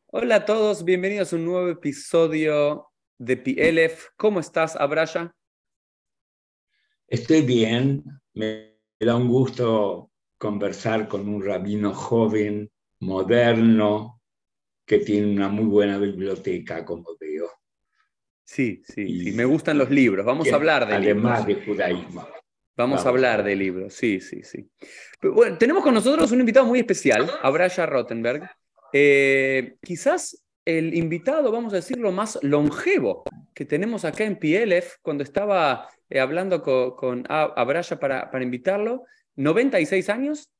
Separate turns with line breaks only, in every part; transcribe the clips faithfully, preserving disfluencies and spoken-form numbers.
Hola a todos, bienvenidos a un nuevo episodio de P L F. ¿Cómo estás, Abraya?
Estoy bien, me da un gusto conversar con un rabino joven, moderno, que tiene una muy buena biblioteca, como veo,
Sí, sí, sí, me
y,
gustan los
y
libros. Vamos a
que,
hablar de
además
libros.
de judaísmo.
Vamos a
Vamos a
hablar de
hablar.
libros, sí, sí, sí. Pero bueno, tenemos con nosotros un invitado muy especial, Abraya Rottenberg. Eh, quizás el invitado, vamos a decirlo, más longevo que tenemos acá en P L F, cuando estaba eh, hablando con, con Abraya para, para invitarlo. ¿noventa y seis años?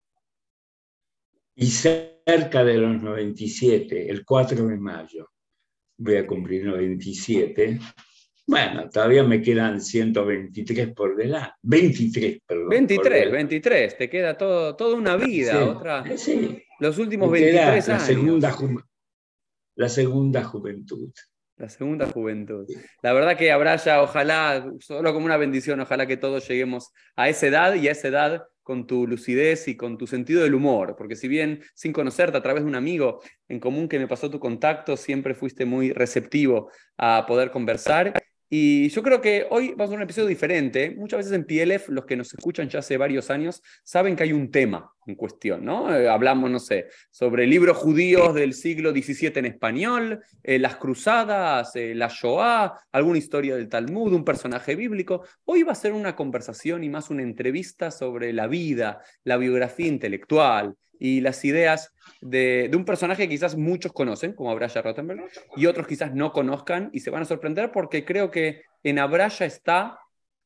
Y cerca de los noventa y siete, el cuatro de mayo, voy a cumplir noventa y siete. Bueno, todavía me quedan ciento veintitrés por delante, veintitrés, perdón, por
veintitrés,
delante.
veintitrés, te queda todo, toda una vida,
Sí,
otra,
sí,
los últimos
me queda
veintitrés
la segunda,
años,
ju- la segunda juventud.
la segunda juventud. La verdad que habrá ya, ojalá, solo como una bendición, ojalá que todos lleguemos a esa edad y a esa edad con tu lucidez y con tu sentido del humor, porque si bien sin conocerte a través de un amigo en común que me pasó tu contacto, siempre fuiste muy receptivo a poder conversar. Y yo creo que hoy vamos a hacer un episodio diferente. Muchas veces en P L F, los que nos escuchan ya hace varios años, saben que hay un tema en cuestión, ¿no? Eh, hablamos, no sé, sobre libros judíos del siglo diecisiete en español, eh, las cruzadas, eh, la Shoah, alguna historia del Talmud, un personaje bíblico. Hoy va a ser una conversación y más una entrevista sobre la vida, la biografía intelectual y las ideas de, de un personaje que quizás muchos conocen, como Abraya Rottenberg, y otros quizás no conozcan y se van a sorprender porque creo que en Abraya está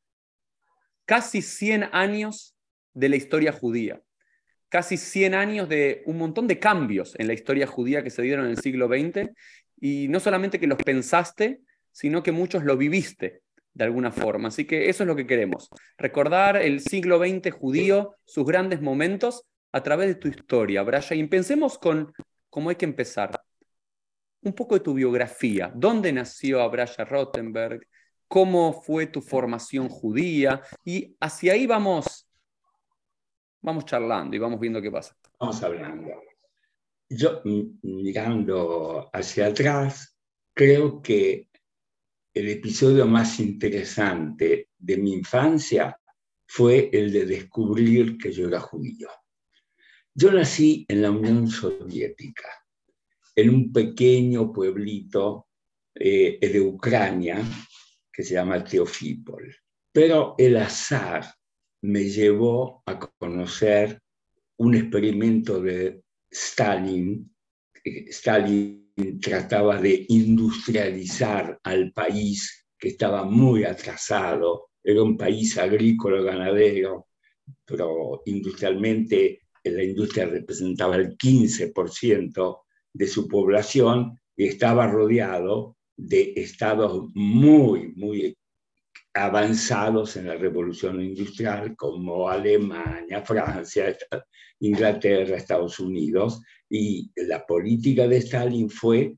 casi cien años de la historia judía, casi cien años de un montón de cambios en la historia judía que se dieron en el siglo veinte, y no solamente que los pensaste, sino que muchos lo viviste de alguna forma. Así que eso es lo que queremos, recordar el siglo veinte judío, sus grandes momentos a través de tu historia, Braya. Y pensemos con cómo hay que empezar. Un poco de tu biografía. ¿Dónde nació Abraya Rottenberg? ¿Cómo fue tu formación judía? Y hacia ahí vamos, vamos charlando y vamos viendo qué pasa.
Vamos hablando. Yo, m- mirando hacia atrás, creo que el episodio más interesante de mi infancia fue el de descubrir que yo era judío. Yo nací en la Unión Soviética, en un pequeño pueblito eh, de Ucrania que se llama Teofípol. Pero el azar me llevó a conocer un experimento de Stalin. Stalin trataba de industrializar al país que estaba muy atrasado, era un país agrícola ganadero, pero industrialmente la industria representaba el quince por ciento de su población y estaba rodeado de estados muy, muy avanzados en la revolución industrial como Alemania, Francia, Inglaterra, Estados Unidos, y la política de Stalin fue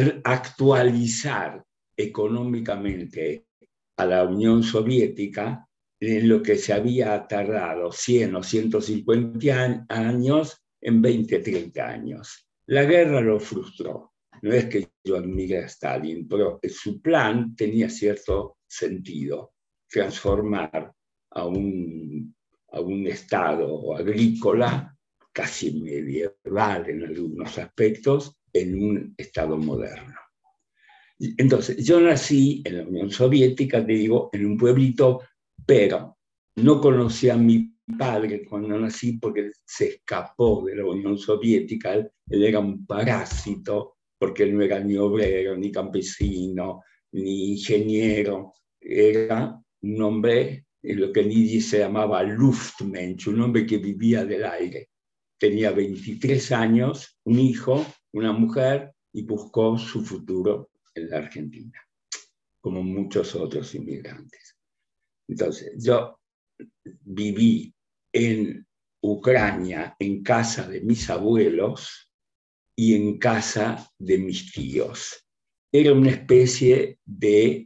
actualizar económicamente a la Unión Soviética en lo que se había tardado cien o ciento cincuenta años en veinte, treinta años. La guerra lo frustró. No es que yo admire a Stalin, pero su plan tenía cierto sentido, transformar a un, a un estado agrícola casi medieval en algunos aspectos en un estado moderno. Entonces, yo nací en la Unión Soviética, te digo, en un pueblito, pero no conocí a mi padre cuando nací porque se escapó de la Unión Soviética. Él, él era un parásito porque él no era ni obrero, ni campesino, ni ingeniero. Era un hombre, en lo que Nietzsche se llamaba Luftmensch, un hombre que vivía del aire. Tenía veintitrés años, un hijo, una mujer, y buscó su futuro en la Argentina, como muchos otros inmigrantes. Entonces, yo viví en Ucrania en casa de mis abuelos y en casa de mis tíos. Era una especie de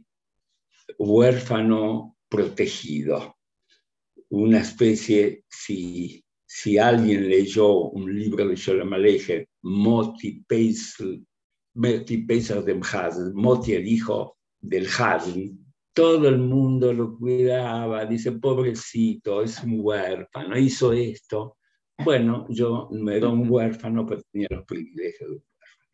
huérfano protegido, una especie, si, si alguien leyó un libro de Sholem Aleichem, Moti Peisel, Moti Pesach dem Hasen, Moti el hijo del Hasen. Todo el mundo lo cuidaba, dice, pobrecito, es un huérfano, hizo esto. Bueno, yo no era un huérfano, pero tenía los privilegios de un huérfano.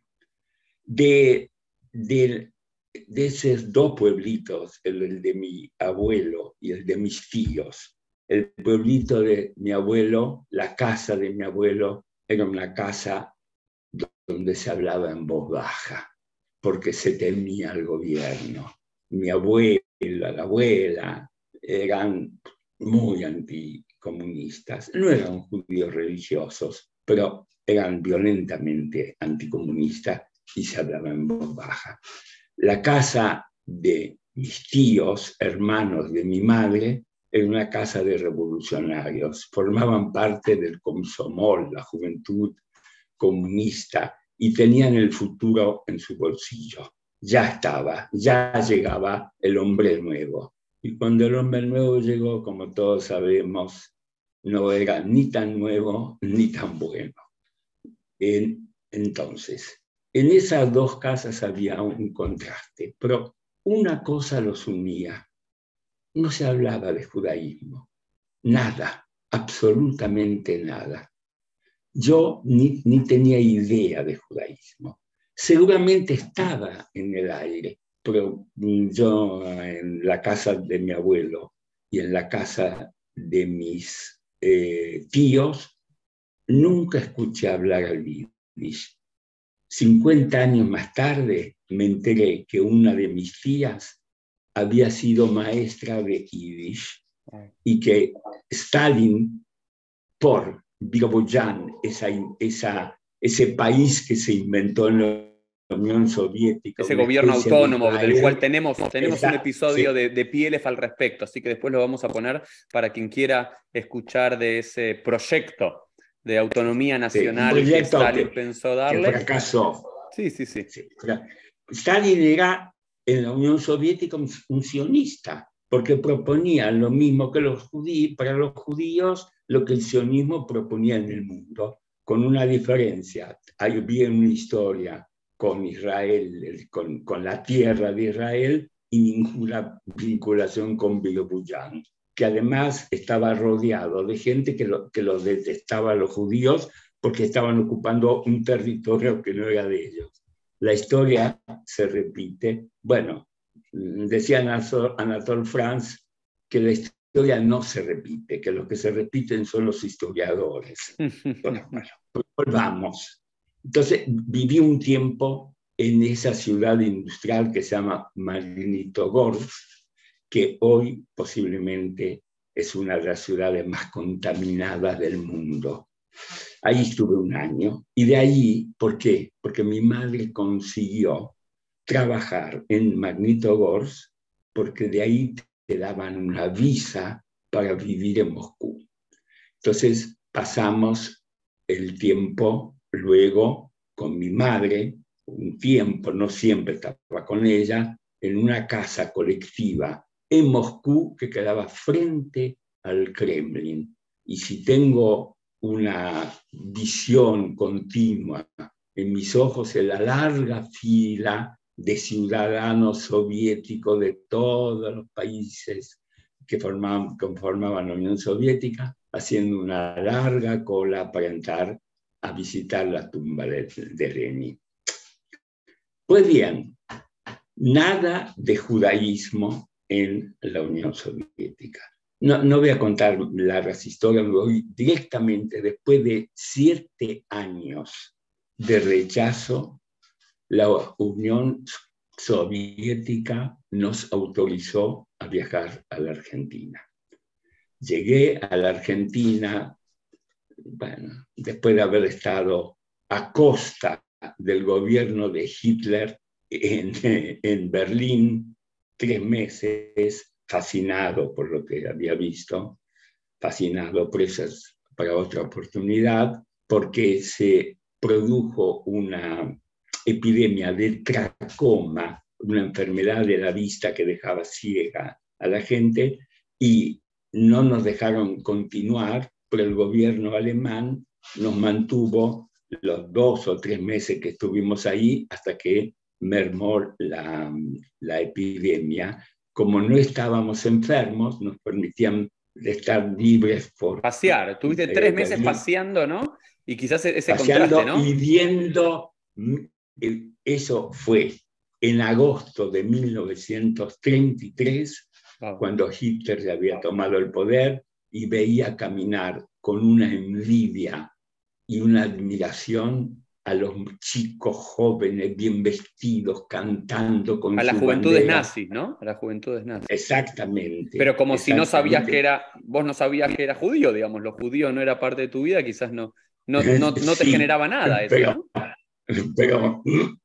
De, de, de esos dos pueblitos, el, el de mi abuelo y el de mis tíos, el pueblito de mi abuelo, la casa de mi abuelo, era una casa donde se hablaba en voz baja, porque se temía al gobierno. Mi abuela, la abuela, eran muy anticomunistas. No eran judíos religiosos, pero eran violentamente anticomunistas y se hablaba en voz baja. La casa de mis tíos, hermanos de mi madre, era una casa de revolucionarios. Formaban parte del Komsomol, la juventud comunista, y tenían el futuro en su bolsillo. Ya estaba, ya llegaba el hombre nuevo. Y cuando el hombre nuevo llegó, como todos sabemos, no era ni tan nuevo ni tan bueno. En, entonces, en esas dos casas había un contraste, pero una cosa los unía. No se hablaba de judaísmo, nada, absolutamente nada. Yo ni, ni tenía idea de judaísmo. Seguramente estaba en el aire, pero yo en la casa de mi abuelo y en la casa de mis eh, tíos nunca escuché hablar al yiddish. cincuenta años más tarde me enteré que una de mis tías había sido maestra de yiddish y que Stalin, por Biroboján, esa, esa, ese país que se inventó en la Unión Soviética,
ese
una
gobierno
especie de
autónomo del
Israel,
cual tenemos, tenemos
esa,
un episodio
sí.
de, de P L F al respecto, así que después lo vamos a poner para quien quiera escuchar de ese proyecto de autonomía
Sí, un
nacional que
proyecto
Stalin
que,
pensó
que
darle.
fracasó.
Sí, sí, sí.
Sí. Stalin era en la Unión Soviética un, un sionista, porque proponía lo mismo que los judíos, para los judíos, lo que el sionismo proponía en el mundo, con una diferencia. Hay bien una historia con Israel, con, con la tierra de Israel, y ninguna vinculación con Biroboján, que además estaba rodeado de gente que lo, que lo detestaba a los judíos porque estaban ocupando un territorio que no era de ellos. La historia se repite. Bueno, decía Anatole France que la historia no se repite, que lo que se repiten son los historiadores. Bueno, bueno, pues volvamos. Entonces, viví un tiempo en esa ciudad industrial que se llama Magnitogorsk, que hoy posiblemente es una de las ciudades más contaminadas del mundo. Ahí estuve un año y de ahí, ¿por qué? Porque mi madre consiguió trabajar en Magnitogorsk porque de ahí te daban una visa para vivir en Moscú. Entonces pasamos el tiempo luego con mi madre, un tiempo, no siempre estaba con ella, en una casa colectiva en Moscú que quedaba frente al Kremlin. Y si tengo una visión continua en mis ojos, en la larga fila de ciudadanos soviéticos de todos los países que formaban, conformaban la Unión Soviética, haciendo una larga cola para entrar a visitar la tumba de, de Lenin. Pues bien, nada de judaísmo en la Unión Soviética. No, no voy a contar largas historias, me voy directamente. Después de siete años de rechazo, la Unión Soviética nos autorizó a viajar a la Argentina. Llegué a la Argentina, bueno, después de haber estado a costa del gobierno de Hitler en, en Berlín tres meses, fascinado por lo que había visto, fascinado por esas, para otra oportunidad, porque se produjo una epidemia de tracoma, una enfermedad de la vista que dejaba ciega a la gente, y no nos dejaron continuar, pero el gobierno alemán nos mantuvo los dos o tres meses que estuvimos ahí hasta que mermó la, la epidemia. Como no estábamos enfermos, nos permitían estar libres por
Pasear, tuviste
eh,
tres meses
Berlín,
paseando, ¿no? Y quizás e-, ese contraste,
paseando
¿no?
y viendo. Eso fue en agosto de mil novecientos treinta y tres,
Wow.
cuando Hitler ya había tomado el poder, y veía caminar con una envidia y una admiración a los chicos jóvenes bien vestidos, cantando con
A las
sus
juventudes
banderas.
nazis, ¿no? A las juventudes nazis.
Exactamente,
Pero como si no sabías que
exactamente.
era, vos no sabías que era judío, digamos, lo judío no era parte de tu vida, quizás no, no, no, no te
Sí,
generaba nada eso,
pero,
¿no?
pero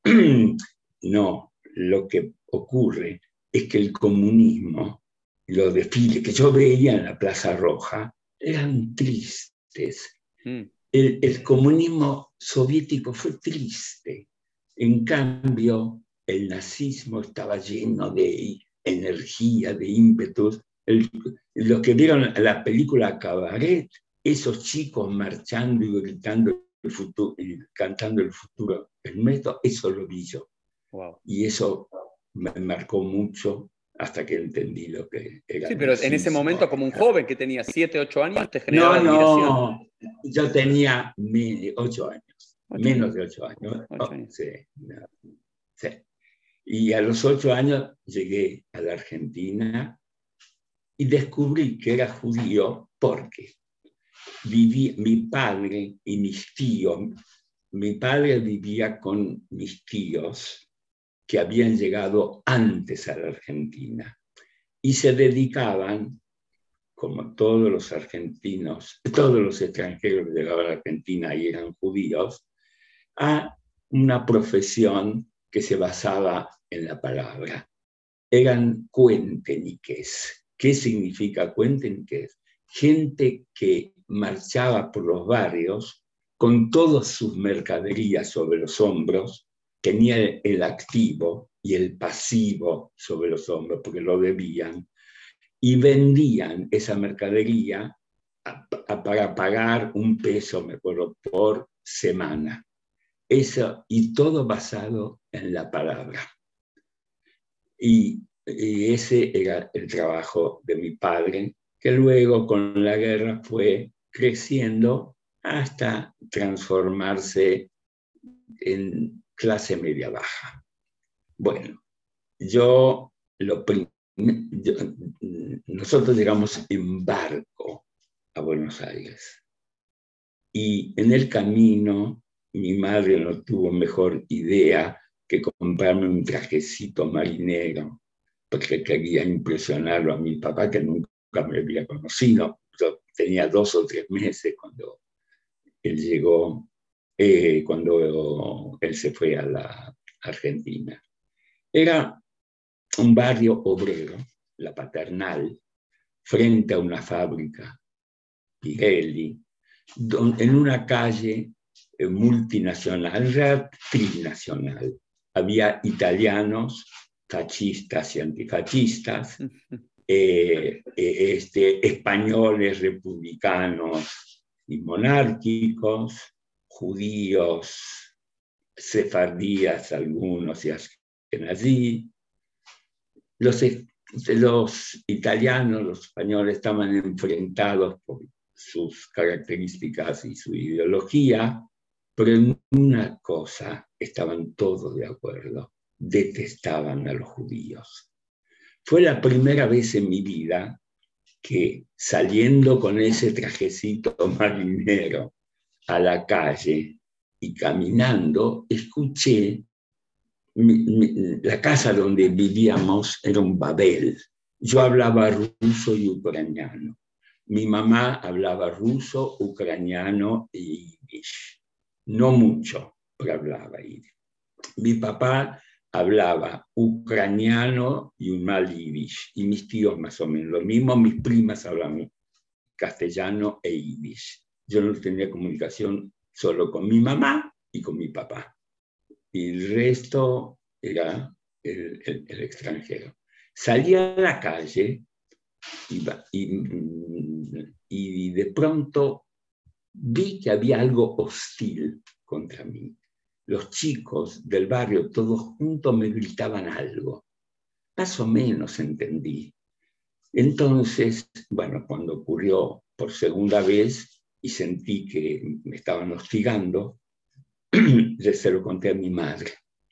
no, lo que ocurre es que el comunismo, los desfiles que yo veía en la Plaza Roja, eran tristes.
Mm.
El, el comunismo soviético fue triste. En cambio, el nazismo estaba lleno de energía, de ímpetus. El, los que vieron la película Cabaret, esos chicos marchando y gritando el futuro, y cantando el futuro, el método, eso lo vi yo.
Wow.
Y eso me marcó mucho hasta que entendí lo que era
Sí,
el
pero en ese
nazismo.
momento, como un joven que tenía siete, ocho años, te generaba
No,
admiración.
no, yo tenía ocho años,
Ocho años.
menos de ocho años.
Ocho
Oh,
años.
sí, no, sí. Y a los ocho años llegué a la Argentina y descubrí que era judío porque viví, mi padre y mis tíos, mi padre vivía con mis tíos que habían llegado antes a la Argentina y se dedicaban, como todos los argentinos, todos los extranjeros que llegaban a la Argentina y eran judíos, a una profesión que se basaba en la palabra. Eran cuenteniques. ¿Qué significa cuenteniques? Gente que marchaba por los barrios con todas sus mercaderías sobre los hombros, tenía el activo y el pasivo sobre los hombros porque lo debían, y vendían esa mercadería a, a, para pagar un peso, me acuerdo, por semana. Eso, y todo basado en la palabra. Y, y ese era el trabajo de mi padre, que luego con la guerra fue creciendo hasta transformarse en clase media baja. Bueno, yo lo yo, nosotros llegamos en barco a Buenos Aires y en el camino mi madre no tuvo mejor idea que comprarme un trajecito marinero porque quería impresionarlo a mi papá que nunca me había conocido. Yo tenía dos o tres meses cuando él llegó, eh, cuando él se fue a la Argentina. Era un barrio obrero, la Paternal, frente a una fábrica, Pirelli, don, en una calle eh, multinacional, era trinacional. Había italianos, fascistas y antifascistas, eh, eh, este, españoles republicanos y monárquicos, judíos, sefardíes algunos y askenazí. Los, los italianos, los españoles estaban enfrentados por sus características y su ideología, pero en una cosa estaban todos de acuerdo: detestaban a los judíos. Fue la primera vez en mi vida que, saliendo con ese trajecito marinero a la calle y caminando, escuché mi, mi, la casa donde vivíamos era un Babel. Yo hablaba ruso y ucraniano. Mi mamá hablaba ruso, ucraniano e yiddish. No mucho, pero hablaba yiddish. Mi papá hablaba ucraniano y un mal yiddish. Y mis tíos más o menos lo mismo. Mis primas hablaban castellano e yiddish. Yo no tenía comunicación solo con mi mamá y con mi papá. Y el resto era el, el, el extranjero. Salía a la calle y, y, y de pronto vi que había algo hostil contra mí. Los chicos del barrio, todos juntos, me gritaban algo. Más o menos entendí. Entonces, bueno, cuando ocurrió por segunda vez y sentí que me estaban hostigando, se lo conté a mi madre.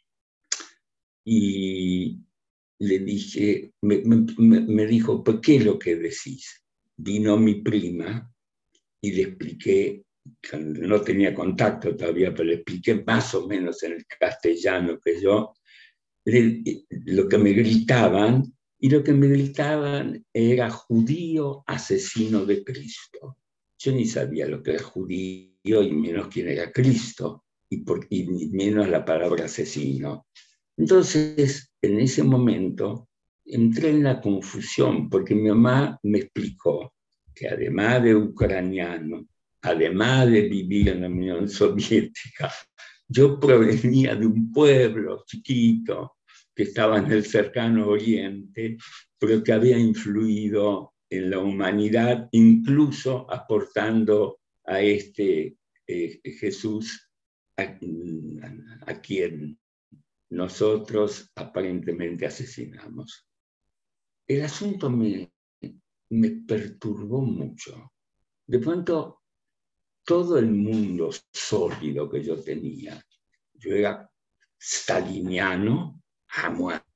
Y le dije, me, me, me dijo, ¿por qué lo que decís? Vino mi prima y le expliqué, no tenía contacto todavía, pero le expliqué más o menos en el castellano que yo, le, lo que me gritaban, y lo que me gritaban era judío asesino de Cristo. Yo ni sabía lo que era judío y menos quién era Cristo, y, por, y menos la palabra asesino. Entonces, en ese momento, entré en la confusión, porque mi mamá me explicó que además de ucraniano, además de vivir en la Unión Soviética, yo provenía de un pueblo chiquito que estaba en el cercano Oriente, pero que había influido en la humanidad, incluso aportando a este eh, Jesús a, a quien nosotros aparentemente asesinamos. El asunto me, me perturbó mucho. De pronto, todo el mundo sólido que yo tenía, yo era staliniano a muerte,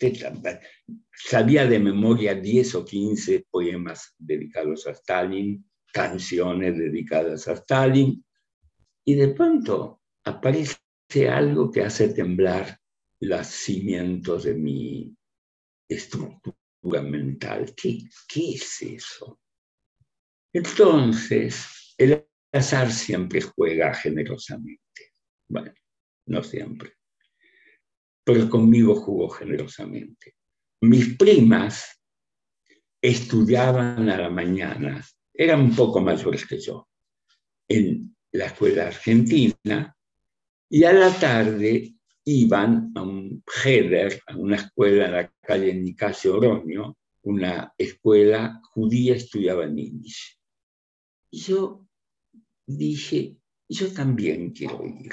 sabía de memoria diez o quince poemas dedicados a Stalin, canciones dedicadas a Stalin, y de pronto aparece algo que hace temblar los cimientos de mi estructura mental. ¿Qué, qué es eso? Entonces, el azar siempre juega generosamente. Bueno, no siempre, pero conmigo jugó generosamente. Mis primas estudiaban a la mañana, eran un poco mayores que yo, en la escuela argentina, y a la tarde iban a un Heder, a una escuela en la calle Nicasio Oroño, una escuela judía, estudiaban Yiddish. Y yo dije, yo también quiero ir.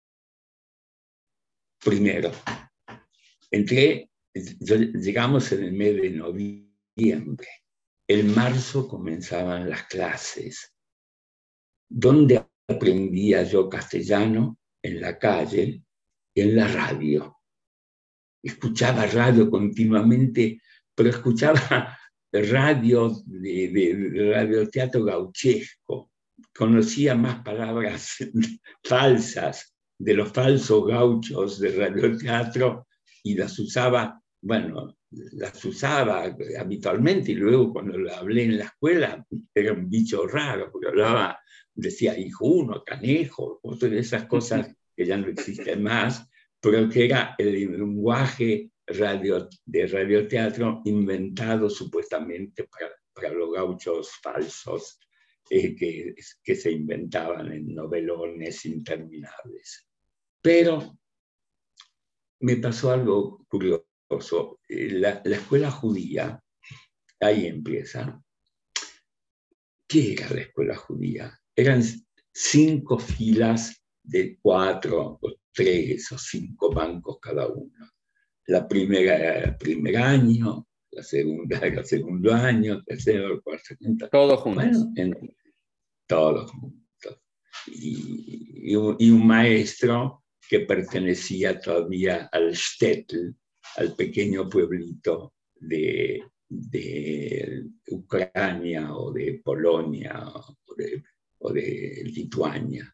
Primero, entré, yo, llegamos en el mes de noviembre. En marzo comenzaban las clases. ¿Dónde aprendía yo castellano? En la calle, en la radio. Escuchaba radio continuamente, pero escuchaba radio de, de, de radioteatro gauchesco. Conocía más palabras falsas de los falsos gauchos de radioteatro y las usaba, bueno, las usaba habitualmente, y luego cuando lo hablé en la escuela era un bicho raro, porque hablaba, decía hijo uno, canejo, otras de esas cosas que ya no existen más, pero que era el lenguaje radio, de radioteatro inventado supuestamente para, para los gauchos falsos eh, que, que se inventaban en novelones interminables. Pero me pasó algo curioso. La, la escuela judía, ahí empieza. ¿Qué era la escuela judía? Eran cinco filas de cuatro o tres o cinco bancos cada uno. La primera era el primer año, la segunda era el segundo año, el tercero, el cuarto, quinto.
Todos juntos.
Bueno, en, todos juntos. Y, y, un, y un maestro que pertenecía todavía al shtetl, al pequeño pueblito de, de Ucrania o de Polonia o de, o de Lituania.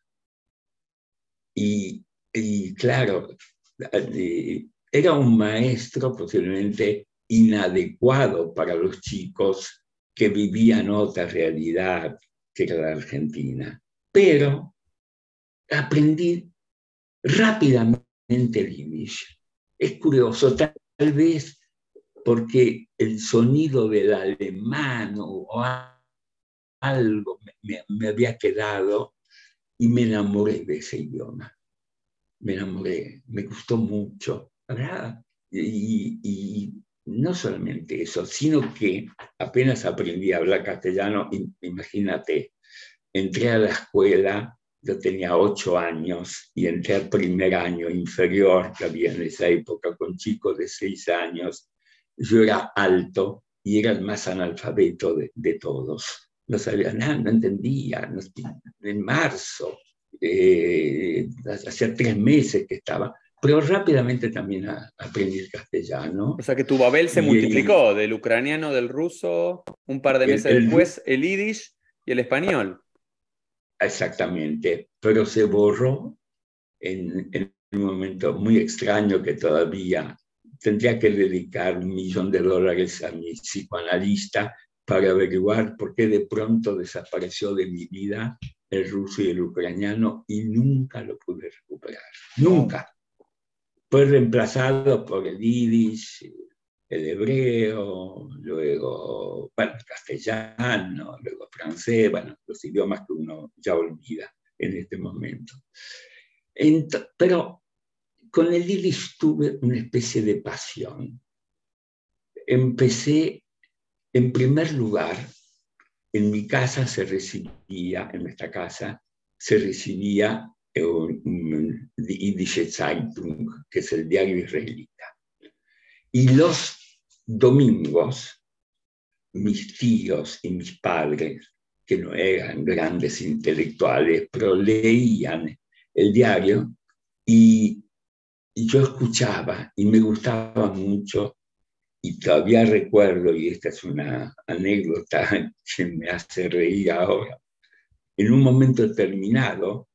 Y, y claro, era un maestro posiblemente inadecuado para los chicos que vivían otra realidad que era la Argentina. Pero aprendí rápidamente el yiddish. Es curioso, tal vez porque el sonido del alemán o algo me, me había quedado y me enamoré de ese idioma. Me enamoré, me gustó mucho, ¿verdad? Y, y no solamente eso, sino que apenas aprendí a hablar castellano, imagínate, entré a la escuela yo tenía ocho años y entré al primer año inferior que había en esa época con chicos de seis años. Yo era alto y era el más analfabeto de, de todos. No sabía nada, no entendía. No, en marzo, eh, hacía tres meses que estaba, pero rápidamente también a, aprendí el castellano.
O sea que tu Babel se
Y,
multiplicó del ucraniano, del ruso, un par de
el,
meses
el,
después, el yiddish y el español.
exactamente, pero se borró en, en un momento muy extraño que todavía tendría que dedicar un millón de dólares a mi psicoanalista para averiguar por qué de pronto desapareció de mi vida el ruso y el ucraniano y nunca lo pude recuperar. Nunca. Fue reemplazado por el yiddish, el hebreo, luego, bueno, el castellano, luego francés, bueno, los idiomas que uno ya olvida en este momento. Ent- pero con el yiddish tuve una especie de pasión. Empecé, en primer lugar, en mi casa se recibía, en nuestra casa, se recibía un, un Yiddische Zeitung, que es el diario israelita. Y los domingos, mis tíos y mis padres, que no eran grandes intelectuales, pero leían el diario y, y yo escuchaba y me gustaba mucho. Y todavía recuerdo, y esta es una anécdota que me hace reír ahora, en un momento determinado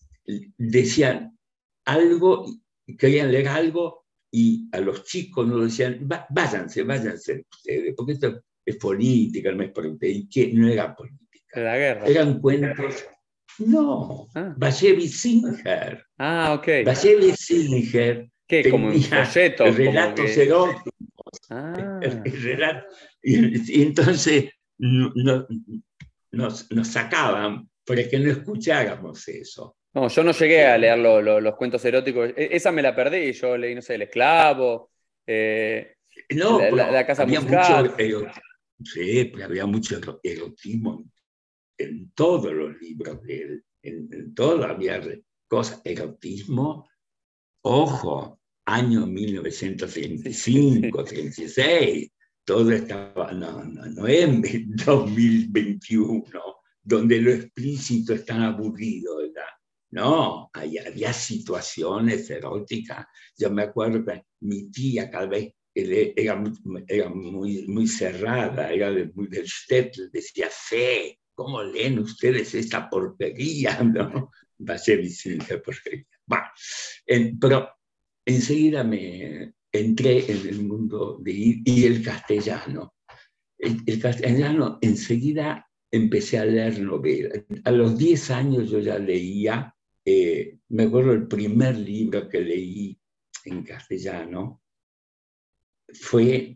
decían algo, querían leer algo, y a los chicos nos decían, váyanse, váyanse ustedes, porque esto es política, no es política, y que no era política.
De la guerra.
Eran cuentos, no,
Ah,
Bashevis Singer.
ah ok.
Bashevis Singer
¿Qué? Como en
tenía
folletos, como
relatos
que...
eróticos. El,
Ah.
el relato, y, y entonces no, no, nos, nos sacaban para que no escucháramos eso.
No, yo no llegué a leer lo, lo, los cuentos eróticos. E- esa me la perdí. Yo leí, no sé, El Esclavo, eh,
No,
la, la, la
pero
Casa
había mucho,
Muscat.
erotismo, sí, pero había mucho erotismo en todos los libros de él, en, en todo había cosas, erotismo, ojo, año mil novecientos treinta y
Sí, sí, sí.
cinco, treinta y seis, todo estaba, no, no, no en dos mil veintiuno, donde lo explícito es tan aburrido, ¿verdad? No, había, había situaciones eróticas. Yo me acuerdo que mi tía cada vez era, era muy, muy cerrada, era de, muy del Stetl, decía, fe, ¿cómo leen ustedes esta porquería? ¿No? Va a ser visible porquería. Bueno, en, pero enseguida me entré en el mundo de, y el castellano. El, el castellano enseguida empecé a leer novelas. A los diez años yo ya leía, eh, me acuerdo el primer libro que leí en castellano fue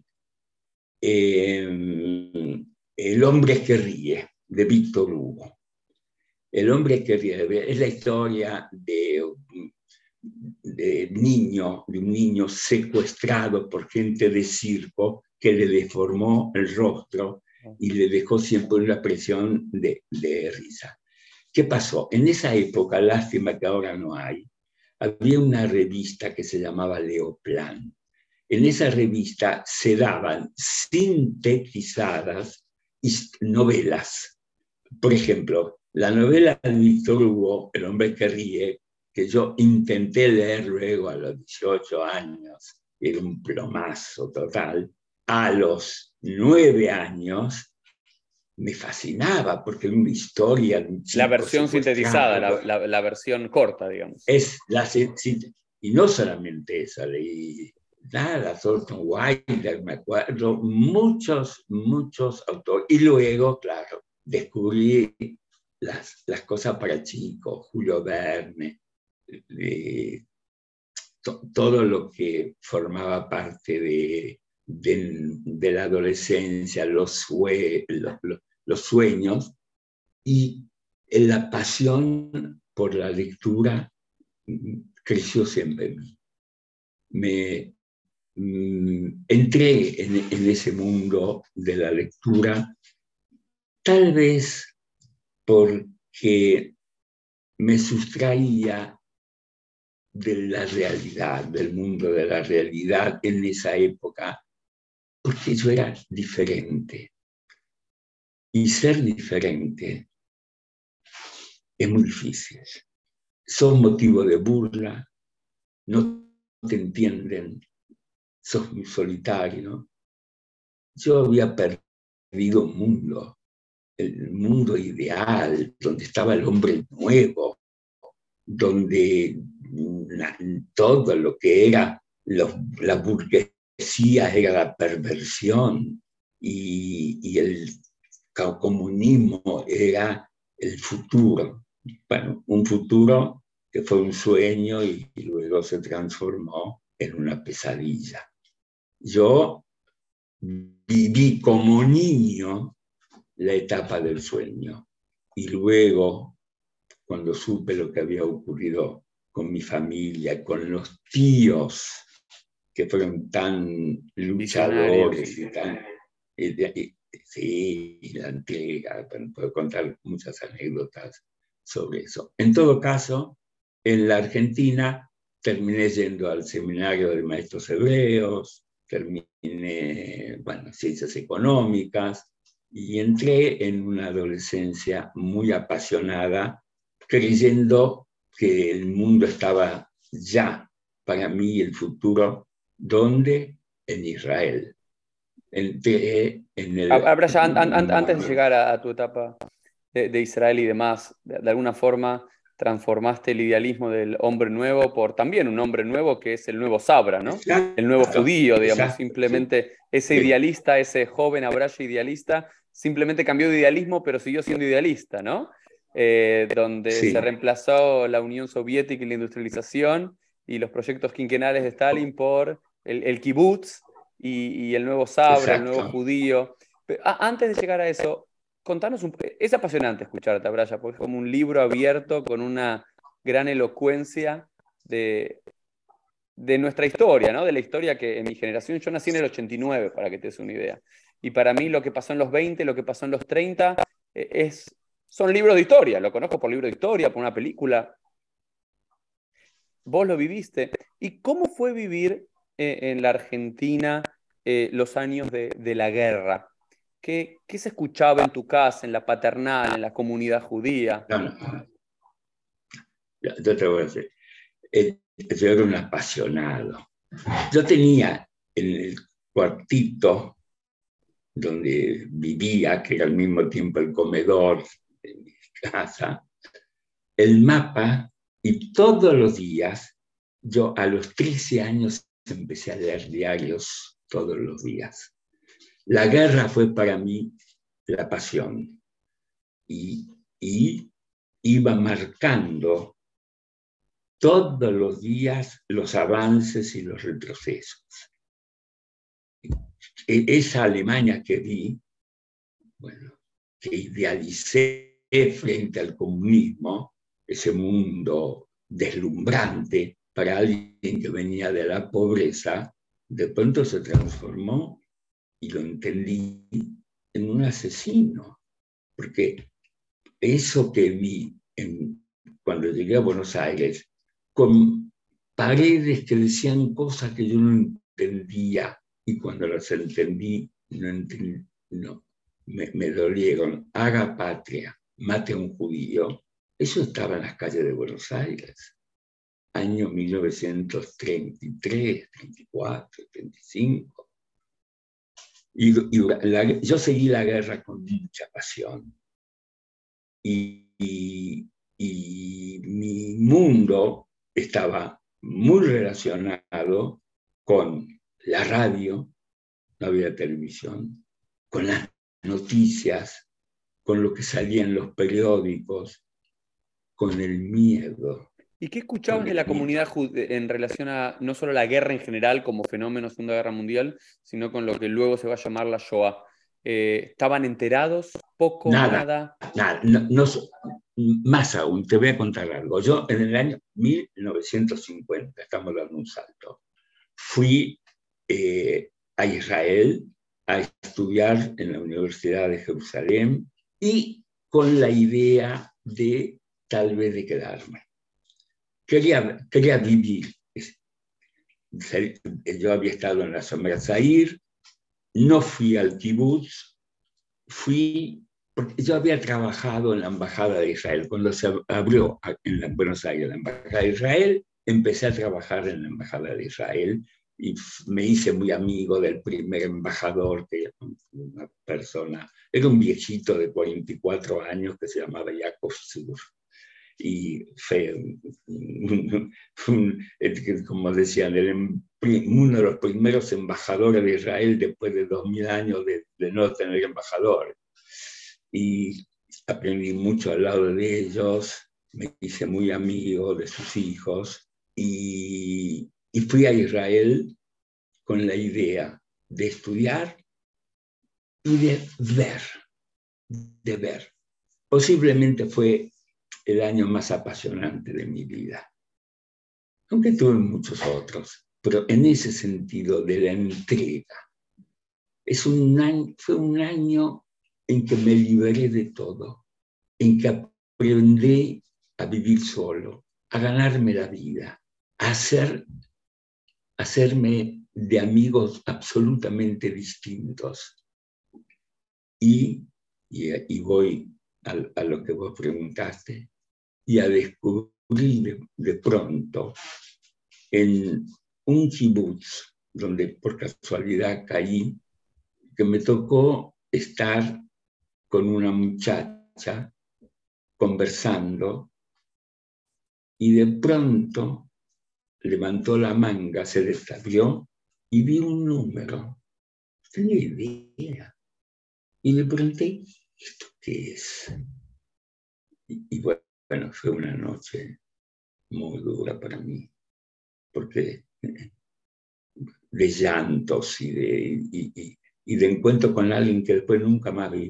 eh, El hombre que ríe, de Víctor Hugo. El hombre que ríe es la historia de, de, niño, de un niño secuestrado por gente de circo que le deformó el rostro y le dejó siempre una presión de, de risa. ¿Qué pasó? En esa época, lástima que ahora no hay, había una revista que se llamaba Leoplan. En esa revista se daban sintetizadas novelas. Por ejemplo, la novela de Víctor Hugo, El hombre que ríe, que yo intenté leer luego a los dieciocho años, era un plomazo total, a los nueve años me fascinaba porque era una historia de un
La
chico
versión sintetizada,
secuestrado.
la, la, la versión corta, digamos.
Es la, y no solamente esa, leí nada, Thornton Wilder, me acuerdo, muchos, muchos autores. Y luego, claro, descubrí las, las cosas para chicos, Julio Verne, eh, to, todo lo que formaba parte de, de, de la adolescencia, los, sue, los, los, los sueños, y la pasión por la lectura creció siempre en mí. Me mmm, entré en, en ese mundo de la lectura, tal vez porque me sustraía de la realidad, del mundo de la realidad en esa época, porque yo era diferente. Y ser diferente es muy difícil. Sos motivo de burla, no te entienden, sos muy solitario. Yo había perdido un mundo, el mundo ideal, donde estaba el hombre nuevo, donde todo lo que era los, la burguesía era la perversión y, y el comunismo era el futuro. Bueno, un futuro que fue un sueño y, y luego se transformó en una pesadilla. Yo viví como niño la etapa del sueño y luego, cuando supe lo que había ocurrido con mi familia, con los tíos que fueron tan luchadores
sí.
y tan... Y, y, sí, la entrega, puedo contar muchas anécdotas sobre eso. En todo caso, en la Argentina terminé yendo al seminario de maestros hebreos, terminé, bueno, ciencias económicas, y entré en una adolescencia muy apasionada, creyendo que el mundo estaba ya para mí, el futuro, ¿dónde? En Israel. Entré en el...
Ahora ya, an, an, antes de llegar a, a tu etapa de, de Israel y demás, de, de alguna forma transformaste el idealismo del hombre nuevo por también un hombre nuevo que es el nuevo Sabra, ¿no?
Exacto,
El nuevo judío, digamos,
exacto,
simplemente
sí,
ese
sí.
idealista, ese joven Abraya idealista, simplemente cambió de idealismo, pero siguió siendo idealista, ¿no? Eh, donde
Sí,
se reemplazó la Unión Soviética y la industrialización y los proyectos quinquenales de Stalin por el, el kibutz y, y el nuevo Sabra, el nuevo
exacto.
judío. Pero, a, antes de llegar a eso, contanos un poco. Es apasionante escucharte, Braya, porque es como un libro abierto con una gran elocuencia de, de nuestra historia, ¿no? De la historia que en mi generación, yo nací en el ochenta y nueve, para que te des una idea. Y para mí lo que pasó en los veinte, lo que pasó en los treinta, eh, es, son libros de historia. Lo conozco por libro de historia, por una película. Vos lo viviste. ¿Y cómo fue vivir eh, en la Argentina eh, los años de, de la guerra? ¿Qué, ¿Qué se escuchaba en tu casa, en la paternal, en la comunidad judía?
No, no, yo te voy a decir, yo era un apasionado. Yo tenía en el cuartito donde vivía, que era al mismo tiempo el comedor de mi casa, el mapa, y todos los días, yo a los trece años empecé a leer diarios todos los días. La guerra fue para mí la pasión y, y iba marcando todos los días los avances y los retrocesos. Esa Alemania que vi, bueno, que idealicé frente al comunismo, ese mundo deslumbrante para alguien que venía de la pobreza, de pronto se transformó y lo entendí en un asesino, porque eso que vi en, cuando llegué a Buenos Aires, con paredes que decían cosas que yo no entendía, y cuando las entendí, no entendí, no, me, me dolieron. Haga patria, mate a un judío. Eso estaba en las calles de Buenos Aires, año mil novecientos treinta y tres, treinta y cuatro, treinta y cinco. Y, y la, yo seguí la guerra con mucha pasión. Y, y, y mi mundo estaba muy relacionado con la radio, no había televisión, con las noticias, con lo que salía en los periódicos, con el miedo.
¿Y qué escuchabas de la comunidad en relación a no solo la guerra en general como fenómeno Segunda Guerra Mundial, sino con lo que luego se va a llamar la Shoah? Eh, ¿Estaban enterados? ¿Poco?
Nada,
¿Nada?
nada. No, no, más aún, te voy a contar algo. Yo en el año mil novecientos cincuenta, estamos dando un salto, fui eh, a Israel a estudiar en la Universidad de Jerusalén y con la idea de tal vez de quedarme. Quería, quería vivir. Yo había estado en la Shomer Zair, no fui al kibutz, fui, porque yo había trabajado en la Embajada de Israel. Cuando se abrió en Buenos Aires la Embajada de Israel, empecé a trabajar en la Embajada de Israel y me hice muy amigo del primer embajador, que era una persona, era un viejito de cuarenta y cuatro años que se llamaba Jacob Sur. Y fue, un, un, como decían, el, uno de los primeros embajadores de Israel después de dos mil años de, de no tener embajador. Y aprendí mucho al lado de ellos, me hice muy amigo de sus hijos y, y fui a Israel con la idea de estudiar y de ver, de ver. Posiblemente fue el año más apasionante de mi vida, aunque tuve muchos otros, pero en ese sentido de la entrega. Es un año, fue un año en que me liberé de todo, en que aprendí a vivir solo, a ganarme la vida, a hacer, a hacerme de amigos absolutamente distintos. Y, y, y voy a, a lo que vos preguntaste, y a descubrir de pronto en un kibutz, donde por casualidad caí, que me tocó estar con una muchacha conversando y de pronto levantó la manga, se destapió y vi un número. No tenía idea. Y le pregunté, ¿esto qué es? Y, y bueno, Bueno, fue una noche muy dura para mí, porque de llantos y de, y, y, y de encuentro con alguien que después nunca más vi,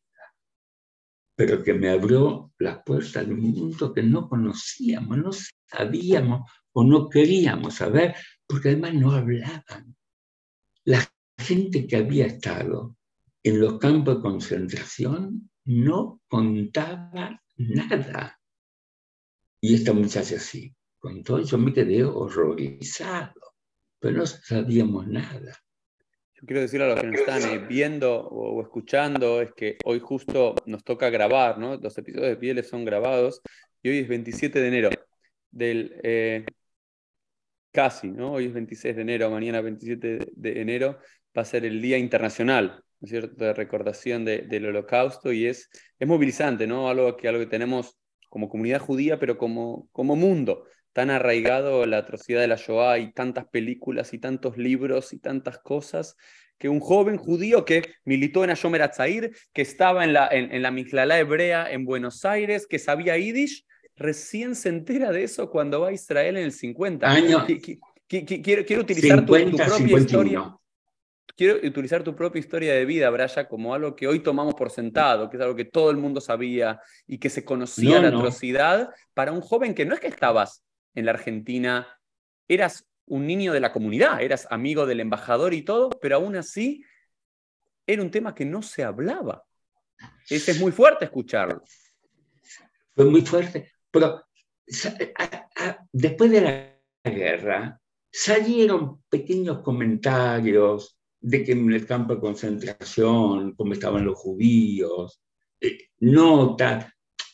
pero que me abrió las puertas de un mundo que no conocíamos, no sabíamos o no queríamos saber, porque además no hablaban. La gente que había estado en los campos de concentración no contaba nada. Y esta muchacha sí contó, yo me quedé horrorizado, pero no sabíamos nada.
Yo quiero decirle a los que nos están eh, viendo o, o escuchando, es que hoy justo nos toca grabar, ¿no? Los episodios de Pieles son grabados y hoy es veintisiete de enero del... Eh, casi, ¿no? Hoy es veintiséis de enero, mañana veintisiete de enero va a ser el Día Internacional, ¿no es cierto?, de recordación de, del Holocausto y es, es movilizante, ¿no? Algo que, algo que tenemos como comunidad judía, pero como, como mundo, tan arraigado la atrocidad de la Shoah y tantas películas y tantos libros y tantas cosas, que un joven judío que militó en Hashomer Hatzair, que estaba en la, en, en la Miklalá hebrea en Buenos Aires, que sabía Yiddish, recién se entera de eso cuando va a Israel en el cincuenta.
Año
Quiero, quiero utilizar tu, tu
cincuenta,
propia
cincuenta y uno.
historia. Quiero utilizar tu propia historia de vida, Braya, como algo que hoy tomamos por sentado, que es algo que todo el mundo sabía y que se conocía
No,
la
no.
atrocidad, para un joven que no es que estabas en la Argentina, eras un niño de la comunidad, eras amigo del embajador y todo, pero aún así era un tema que no se hablaba. Ese es muy fuerte escucharlo.
Fue muy fuerte, pero a, a, después de la guerra salieron pequeños comentarios de que en el campo de concentración, cómo estaban los judíos, eh, notas.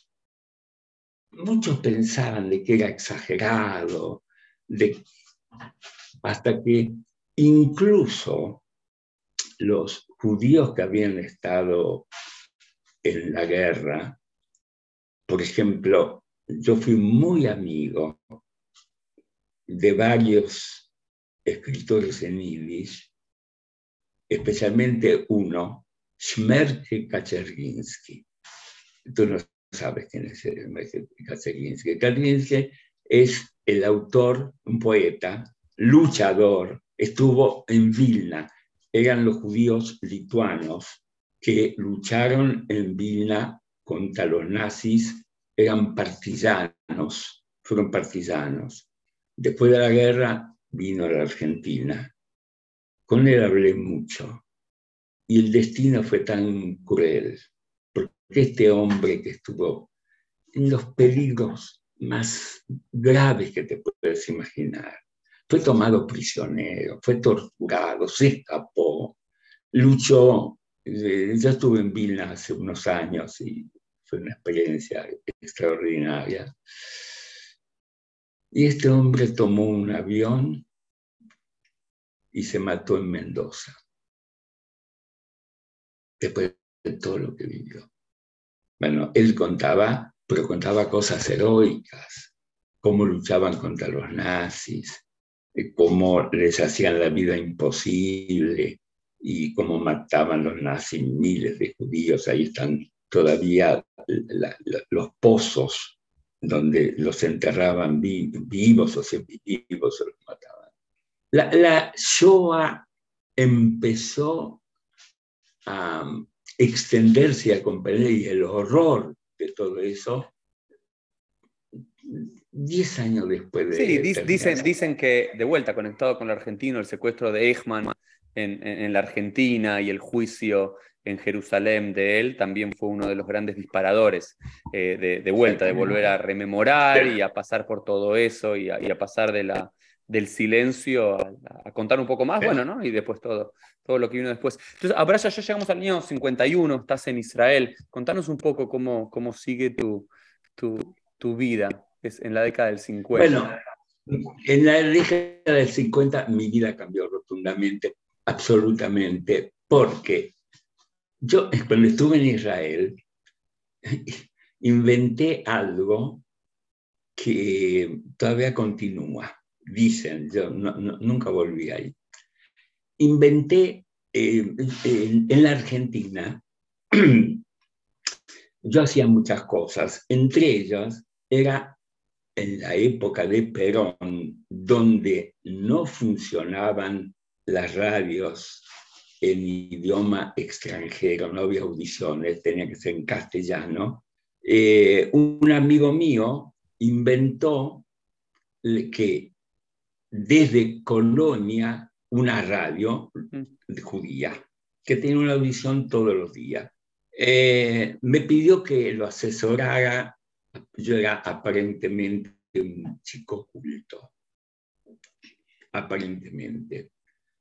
Muchos pensaban de que era exagerado, de, hasta que incluso los judíos que habían estado en la guerra, por ejemplo, yo fui muy amigo de varios escritores en yiddish, especialmente uno, Shmerke Kaczerginsky. Tú no sabes quién es Shmerke Kaczerginsky. Kaczerginsky es el autor, un poeta, luchador, estuvo en Vilna. Eran los judíos lituanos que lucharon en Vilna contra los nazis, eran partisanos, fueron partisanos. Después de la guerra vino a la Argentina. Con él hablé mucho. Y el destino fue tan cruel, porque este hombre que estuvo en los peligros más graves que te puedes imaginar. Fue tomado prisionero, fue torturado, se escapó, luchó. Yo estuve en Vilna hace unos años y fue una experiencia extraordinaria. Y este hombre tomó un avión y se mató en Mendoza, después de todo lo que vivió. Bueno, él contaba, pero contaba cosas heroicas, cómo luchaban contra los nazis, cómo les hacían la vida imposible y cómo mataban los nazis miles de judíos. Ahí están todavía la, la, los pozos donde los enterraban vi, vivos o semivivos o los mataban. La, la Shoah empezó a extenderse y a comprender, y el horror de todo eso, diez años después de
Sí, dis-
terminar.
dicen, dicen que, de vuelta, conectado con lo argentino, el secuestro de Eichmann en, en, en la Argentina y el juicio en Jerusalén de él también fue uno de los grandes disparadores eh, de, de vuelta, de volver a rememorar y a pasar por todo eso y a, y a pasar de la, del silencio a, a contar un poco más, bueno, ¿no? Y después todo, todo lo que vino después. Entonces, Abraya, ya llegamos al año cincuenta y uno, estás en Israel. Contanos un poco cómo, cómo sigue tu, tu, tu vida es en la década del cincuenta.
Bueno, en la década del cincuenta mi vida cambió rotundamente, absolutamente, porque yo cuando estuve en Israel inventé algo que todavía continúa. Dicen, yo no, no, nunca volví ahí. Inventé eh, en, en la Argentina, yo hacía muchas cosas, entre ellas era en la época de Perón, donde no funcionaban las radios en idioma extranjero, no había audiciones, tenía que ser en castellano. Eh, un amigo mío inventó que desde Colonia una radio judía que tenía una audición todos los días. Eh, me pidió que lo asesorara. Yo era aparentemente un chico culto, aparentemente.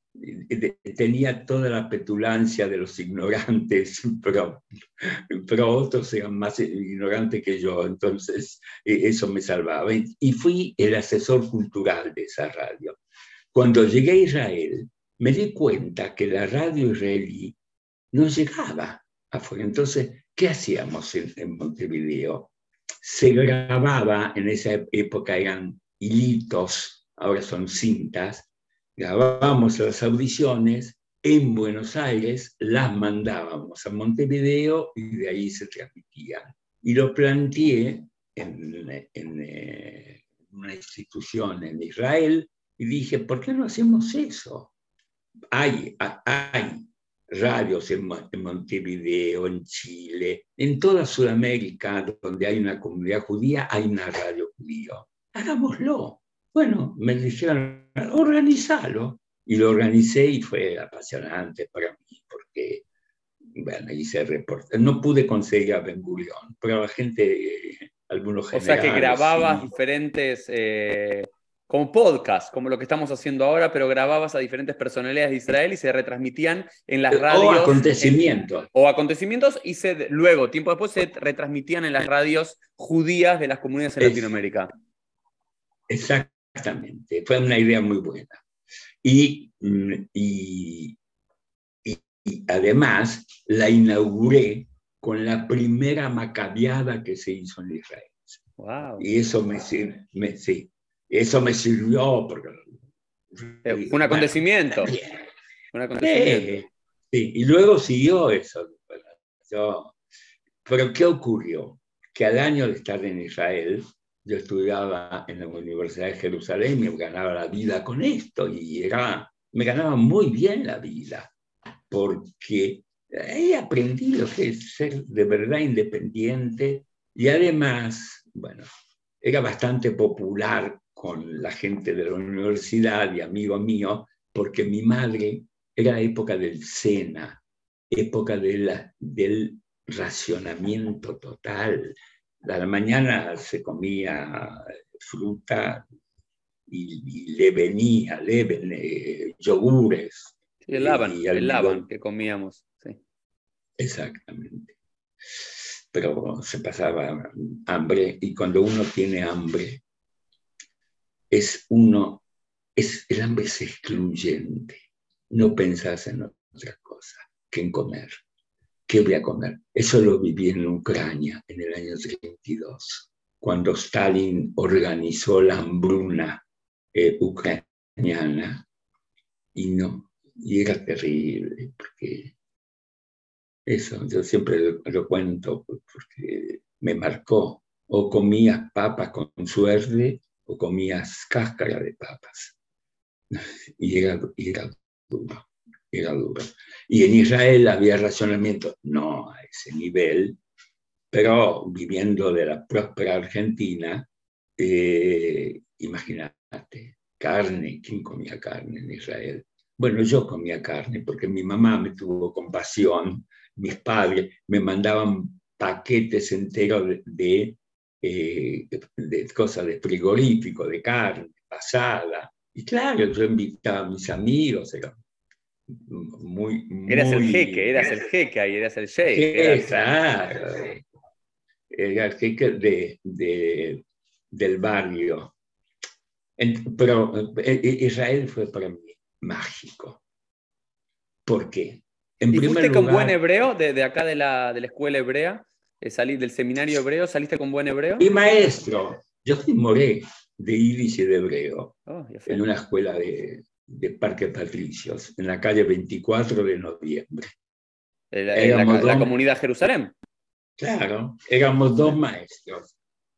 Tenía toda la petulancia de los ignorantes, pero, pero otros eran más ignorantes que yo, entonces eso me salvaba. Y fui el asesor cultural de esa radio. Cuando llegué a Israel, me di cuenta que la radio israelí no llegaba afuera. Entonces, ¿qué hacíamos en, en Montevideo? Se grababa, en esa época eran hilitos, ahora son cintas, grabábamos las audiciones en Buenos Aires, las mandábamos a Montevideo y de ahí se transmitían. Y lo planteé en, en, en una institución en Israel y dije, ¿por qué no hacemos eso? Hay, hay radios en, en Montevideo, en Chile, en toda Sudamérica, donde hay una comunidad judía, hay una radio judía. Hagámoslo. Bueno, me dijeron, organizalo. Y lo organicé y fue apasionante para mí, porque, bueno, hice reportes. No pude conseguir a Ben Gurion, pero la gente, eh, algunos
O sea que
generales,
grababas
sí.
diferentes, eh, como podcast, como lo que estamos haciendo ahora, pero grababas a diferentes personalidades de Israel y se retransmitían en las radios.
O acontecimientos.
En, o acontecimientos y se, luego, tiempo después, se retransmitían en las radios judías de las comunidades en
Es,
Latinoamérica.
Exactamente, fue una idea muy buena. Y, y, y, y además la inauguré con la primera macabeada que se hizo en Israel.
Wow.
Y eso me, me, sí, eso me sirvió porque...
Fue un acontecimiento.
Bueno,
un acontecimiento.
Sí, sí, y luego siguió eso. Bueno, yo, pero ¿qué ocurrió? Que al año de estar en Israel, yo estudiaba en la Universidad de Jerusalén y me ganaba la vida con esto, y era, me ganaba muy bien la vida, porque ahí aprendí lo que es ser de verdad independiente, y además, bueno, era bastante popular con la gente de la universidad y amigo mío, porque mi madre era la época del SENA, época de la, del racionamiento total. a la mañana se comía fruta y, y le venía, le venía yogures
Sí, el
eh,
laban,
y
el laban
almidón.
que comíamos. Sí.
Exactamente. Pero se pasaba hambre y cuando uno tiene hambre, es uno, es, el hambre es excluyente. No pensás en otra cosa que en comer. ¿Qué voy a comer? Eso lo viví en Ucrania en el año treinta y dos, cuando Stalin organizó la hambruna eh, ucraniana y no, y era terrible, porque eso yo siempre lo, lo cuento porque me marcó. O comías papas con suerte o comías cáscara de papas. Y era, y era duro, era duro. Y en Israel había racionamiento, no a ese nivel, pero viviendo de la próspera Argentina, eh, imagínate, carne, ¿quién comía carne en Israel? Bueno, yo comía carne porque mi mamá me tuvo compasión, mis padres me mandaban paquetes enteros de, de, eh, de cosas de frigorífico, de carne pasada. Y claro, yo invitaba a mis amigos, era muy,
Eras el jeque,
muy...
eras el jeque ahí, eras el sheik,
Que,
eras...
claro, era el jeque de, de, del barrio. En, pero eh, Israel fue para mí mágico. ¿Por qué? En
¿Y
primer
fuiste con buen
lugar,
hebreo de, de acá de la, de la escuela hebrea? Eh, salí del seminario hebreo, ¿saliste con buen hebreo?
mi maestro, yo fui moré de Yiddish y de hebreo
Oh, ya
en
fe.
una escuela de, de Parque Patricios, en la calle veinticuatro de noviembre.
En la, en
Éramos
la- la
dos,
comunidad Jerusalén.
claro, éramos dos maestros.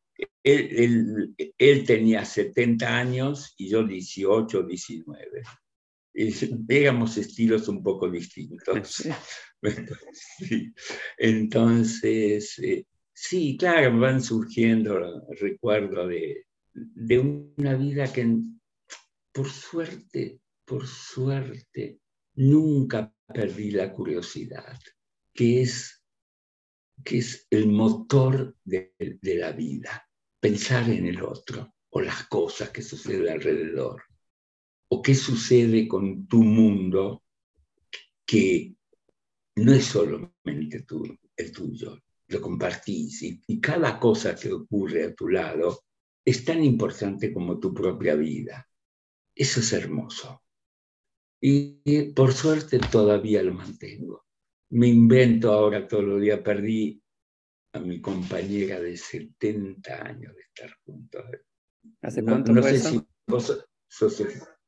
Él, él, él tenía setenta años y yo dieciocho, diecinueve. Éramos estilos un poco distintos.
Sí.
Sí. Entonces, eh, sí, claro, van surgiendo recuerdos de, de una vida que, por suerte, por suerte, nunca perdí la curiosidad, que es, que es el motor de, de la vida, pensar en el otro o las cosas que suceden alrededor o qué sucede con tu mundo que no es solamente tu, el tuyo, lo compartís y, y cada cosa que ocurre a tu lado es tan importante como tu propia vida. Eso es hermoso. Y, y por suerte todavía lo mantengo. Me invento ahora todos los días, perdí a mi compañera de setenta años de estar juntos.
¿Hace
No,
cuánto
no
fue
sé
eso?
si vos sos,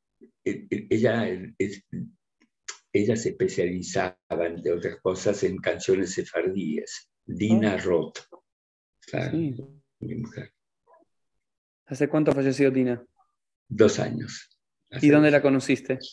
ella es, ella se especializaba, entre otras cosas, en canciones sefardíes.
Oh,
Dina Roth, claro,
sí.
mi mujer.
¿Hace cuánto falleció Tina?
Dos años,
¿Y
hace
dónde
dos
la
años.
conociste?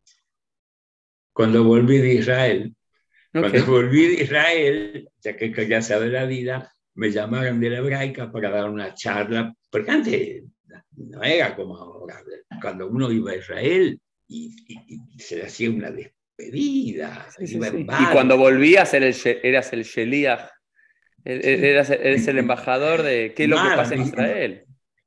Cuando volví de Israel, cuando
Ok.
volví de Israel, ya que quería saber la vida, me llamaron de la hebraica para dar una charla, porque antes no era como ahora. Cuando uno iba a Israel y, y, y se le hacía una despedida,
Sí, sí,
iba en
sí. Y cuando
barco.
volvías eras el, eras el Sheliach,
Sí.
eras, eres el embajador de qué es lo que pasa en
Maravilla.
Israel.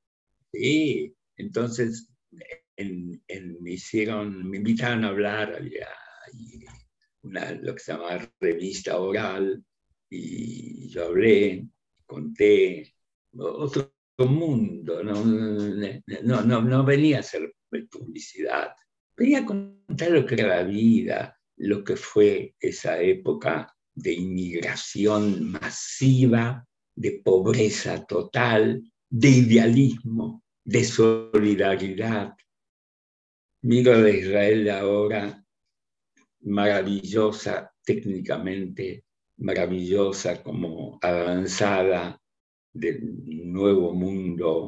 Sí, entonces en, en, me hicieron, me invitaron a hablar, había una, lo que se llama revista oral, y yo hablé, conté, otro mundo, no, no, no, no venía a hacer publicidad, venía a contar lo que era la vida, lo que fue esa época de inmigración masiva, de pobreza total, de idealismo, de solidaridad. Miro de Israel ahora, maravillosa técnicamente, maravillosa como avanzada del nuevo mundo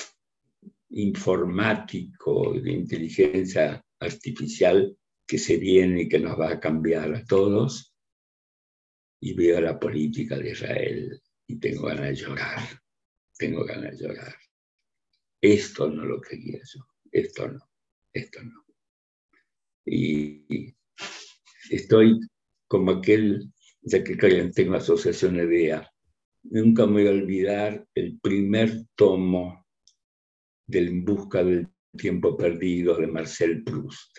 informático, de inteligencia artificial que se viene y que nos va a cambiar a todos. Y veo la política de Israel y tengo ganas de llorar, tengo ganas de llorar. Esto no lo quería yo, esto no, esto no. Y estoy como aquel, ya que tengo asociación E D E A, Nunca me voy a olvidar el primer tomo del En busca del tiempo perdido de Marcel Proust,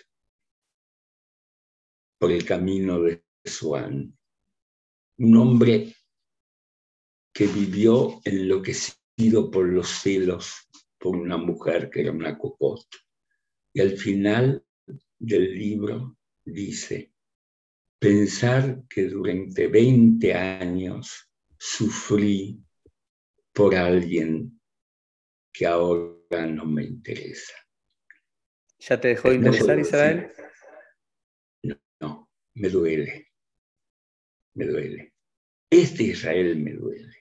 por el camino de Swann. Un hombre que vivió enloquecido por los celos por una mujer que era una cocotte. Y al final del libro dice: pensar que durante veinte años sufrí por alguien que ahora no me interesa.
¿Ya te dejó de interesar, Israel?
No, no, me duele. Me duele. Este Israel me duele.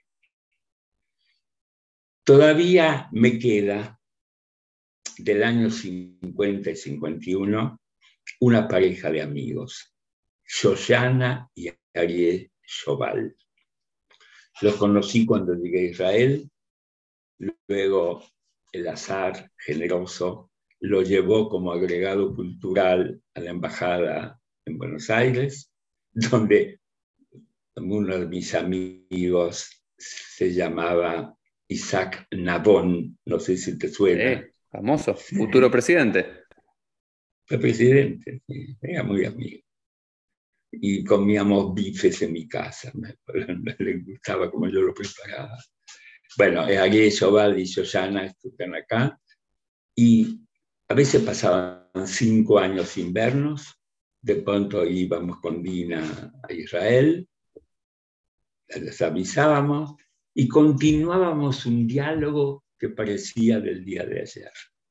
Todavía me queda del año cincuenta y cincuenta y uno una pareja de amigos, Shoshana y Ariel Shoval. Los conocí cuando llegué a Israel, luego el azar generoso lo llevó como agregado cultural a la embajada en Buenos Aires, donde uno de mis amigos se llamaba Isaac Nabón, no sé si te suena.
Sí, famoso, futuro presidente.
Fue presidente, sí, era muy amigo. Y comíamos bifes en mi casa, me, le gustaba como yo lo preparaba. Bueno, Ariel Shoval y Shoshana estuvieron acá, y a veces pasaban cinco años sin vernos, de pronto íbamos con Dina a Israel, les avisábamos y continuábamos un diálogo que parecía del día de ayer.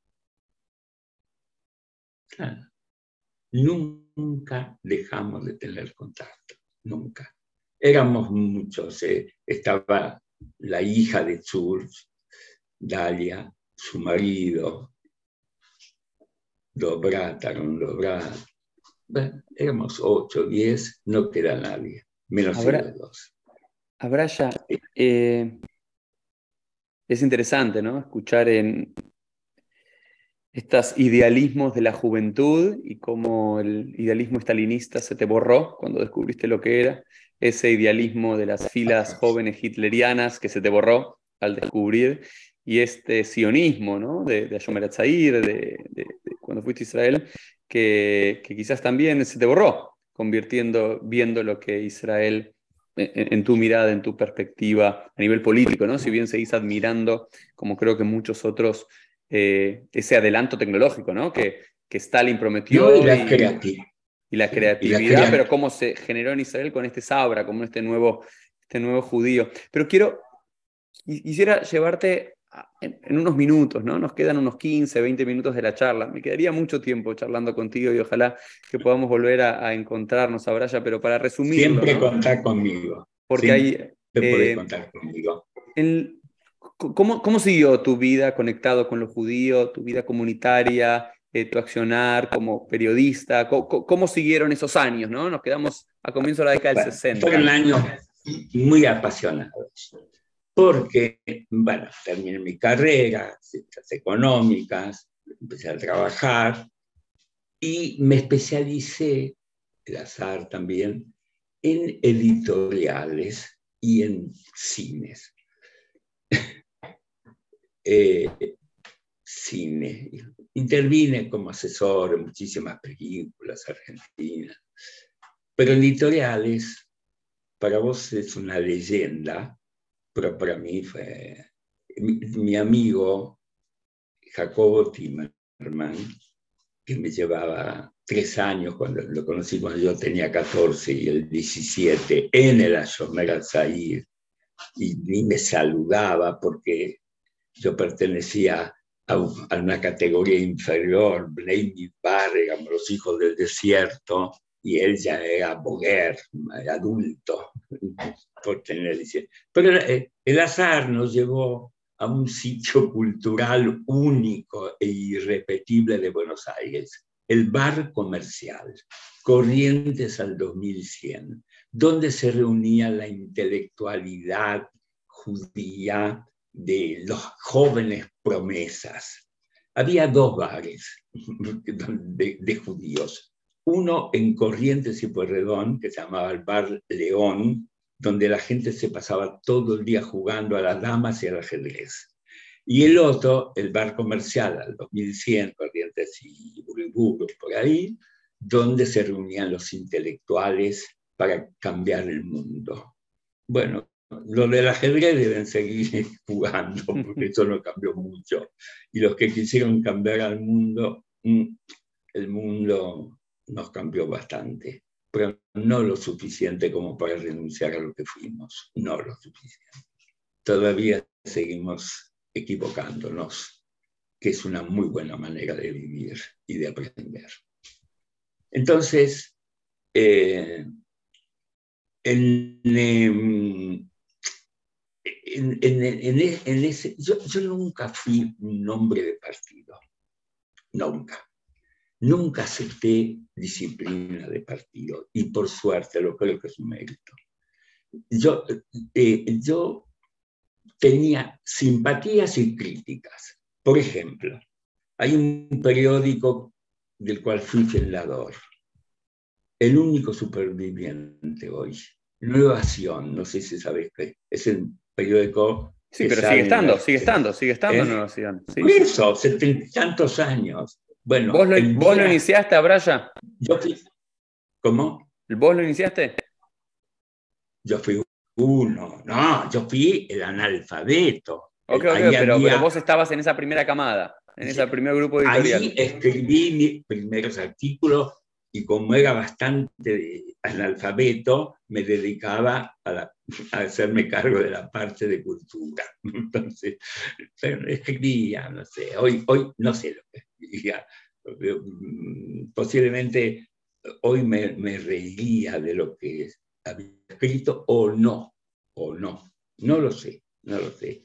Claro. Nunca dejamos de tener contacto, nunca. Éramos muchos, eh. Estaba la hija de Church, Dalia, su marido, Dobrat, Aaron Dobrat. Bueno, éramos ocho, diez, no queda nadie, menos
Habrá,
ellos dos.
habrá ya, eh, es interesante, ¿no? Escuchar en estos idealismos de la juventud y cómo el idealismo estalinista se te borró cuando descubriste lo que era, ese idealismo de las filas jóvenes hitlerianas que se te borró al descubrir, y este sionismo, ¿no? de, de Yomer Hatzair, de, de, de cuando fuiste a Israel, que, que quizás también se te borró, convirtiendo, viendo lo que Israel, en, en tu mirada, en tu perspectiva a nivel político, ¿no? Si bien seguís admirando, como creo que muchos otros, Eh, ese adelanto tecnológico, ¿no? Que, que Stalin prometió,
No, y la,
y,
creati
y la
sí, y la
creatividad, pero cómo se generó en Israel con este Sabra, como este nuevo, este nuevo judío. Pero quiero, quisiera llevarte a, en, en unos minutos, ¿no? Nos quedan unos quince, veinte minutos de la charla. Me quedaría mucho tiempo charlando contigo y ojalá que podamos volver a, a encontrarnos, Abraya, pero para resumirlo,
Siempre
¿no?
contá conmigo,
Porque hay...
siempre podés
Eh,
contar conmigo.
el, ¿Cómo, ¿Cómo siguió tu vida conectado con lo judío, tu vida comunitaria, eh, tu accionar como periodista? ¿Cómo, ¿Cómo siguieron esos años, ¿no? Nos quedamos a comienzo de la década del
Bueno, fueron
sesenta.
años muy apasionados, porque, bueno, terminé mi carrera, ciencias económicas, empecé a trabajar y me especialicé, el azar también, en editoriales y en cines. Eh, cine. Intervine como asesor en muchísimas películas argentinas, pero en editoriales, para vos es una leyenda, pero para mí fue mi, mi amigo Jacobo Timerman, que me llevaba tres años, cuando lo conocí cuando yo tenía catorce y él diecisiete, en el Yomer Hatzair, y ni me saludaba porque yo pertenecía a, a una categoría inferior, Bnei Bar, digamos, los hijos del desierto, y él ya era boguer, adulto, por tener diecisiete. Pero el, el azar nos llevó a un sitio cultural único e irrepetible de Buenos Aires, el Bar Comercial, Corrientes al dos mil cien, donde se reunía la intelectualidad judía de los jóvenes promesas. Había dos bares de, de judíos, uno en Corrientes y Pueyrredón, que se llamaba el Bar León, donde la gente se pasaba todo el día jugando a las damas y al ajedrez. Y el otro, el bar comercial, al dos mil cien, Corrientes y Buriburu, por ahí, donde se reunían los intelectuales para cambiar el mundo. Bueno, los del ajedrez deben seguir jugando, porque eso no cambió mucho. Y los que quisieron cambiar al mundo, el mundo nos cambió bastante, pero no lo suficiente como para renunciar a lo que fuimos, no lo suficiente. Todavía seguimos equivocándonos, que es una muy buena manera de vivir y de aprender. Entonces, eh, en, en, en, en, en ese, yo, yo nunca fui un hombre de partido, nunca. Nunca acepté disciplina de partido y por suerte lo creo que es un mérito. Yo, eh, yo tenía simpatías y críticas. Por ejemplo, hay un periódico del cual fui fundador, el único superviviente hoy, Nueva Sion, no sé si sabes qué, es el periódico.
Sí, pero sigue estando, sigue estando, sigue estando
¿Eh?
en Nueva Sion. Sí,
Por
sí.
eso, setenta y tantos años. Bueno,
¿Vos lo,
el
¿vos
día,
lo iniciaste, Braya?
Yo fui, ¿Cómo?
¿Vos lo iniciaste?
Yo fui uno, no, yo fui el analfabeto.
Ok,
El,
ok,
ahí
pero,
había,
pero vos estabas en esa primera camada, en ese primer grupo
ahí
editorial.
escribí mis primeros artículos y como era bastante analfabeto, me dedicaba a, la, a hacerme cargo de la parte de cultura. Entonces, escribía, no sé, hoy, hoy no sé lo que escribía. Posiblemente hoy me, me reiría de lo que había escrito o no, o no, no lo sé, no lo sé.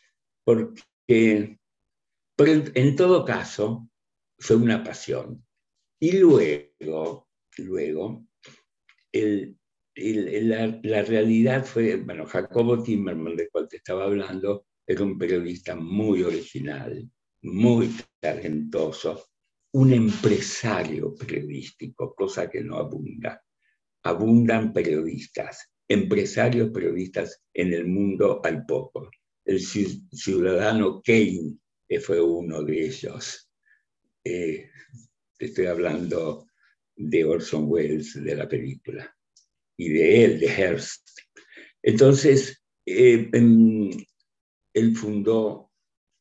Porque, pero en, en todo caso, fue una pasión. Y luego, luego el, el, la, la realidad fue, bueno, Jacobo Timerman, del cual te estaba hablando, era un periodista muy original, muy talentoso, un empresario periodístico, cosa que no abunda. Abundan periodistas, empresarios periodistas en el mundo hay poco. El ciudadano Kane fue uno de ellos. Eh, estoy hablando de Orson Welles, de la película, y de él, de Hearst. Entonces, eh, él fundó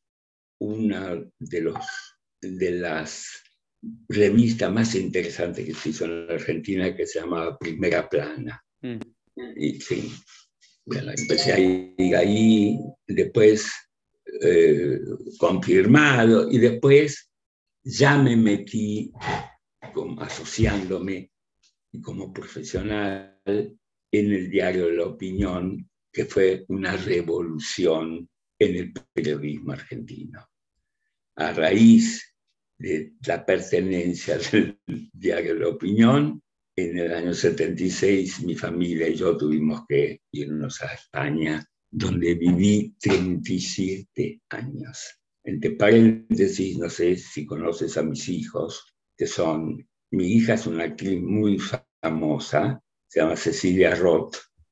una de, los, de las revistas más interesantes que se hizo en la Argentina, que se llamaba Primera Plana. Mm. Y sí, bueno, empecé ahí, ahí después eh, confirmado, y después ya me metí como asociándome como profesional en el diario La Opinión, que fue una revolución en el periodismo argentino. A raíz de la pertenencia del diario La Opinión, en el año setenta y seis mi familia y yo tuvimos que irnos a España, donde viví treinta y siete años. Entre paréntesis, no sé si conoces a mis hijos, que son, mi hija es una actriz muy famosa, se llama Cecilia Roth,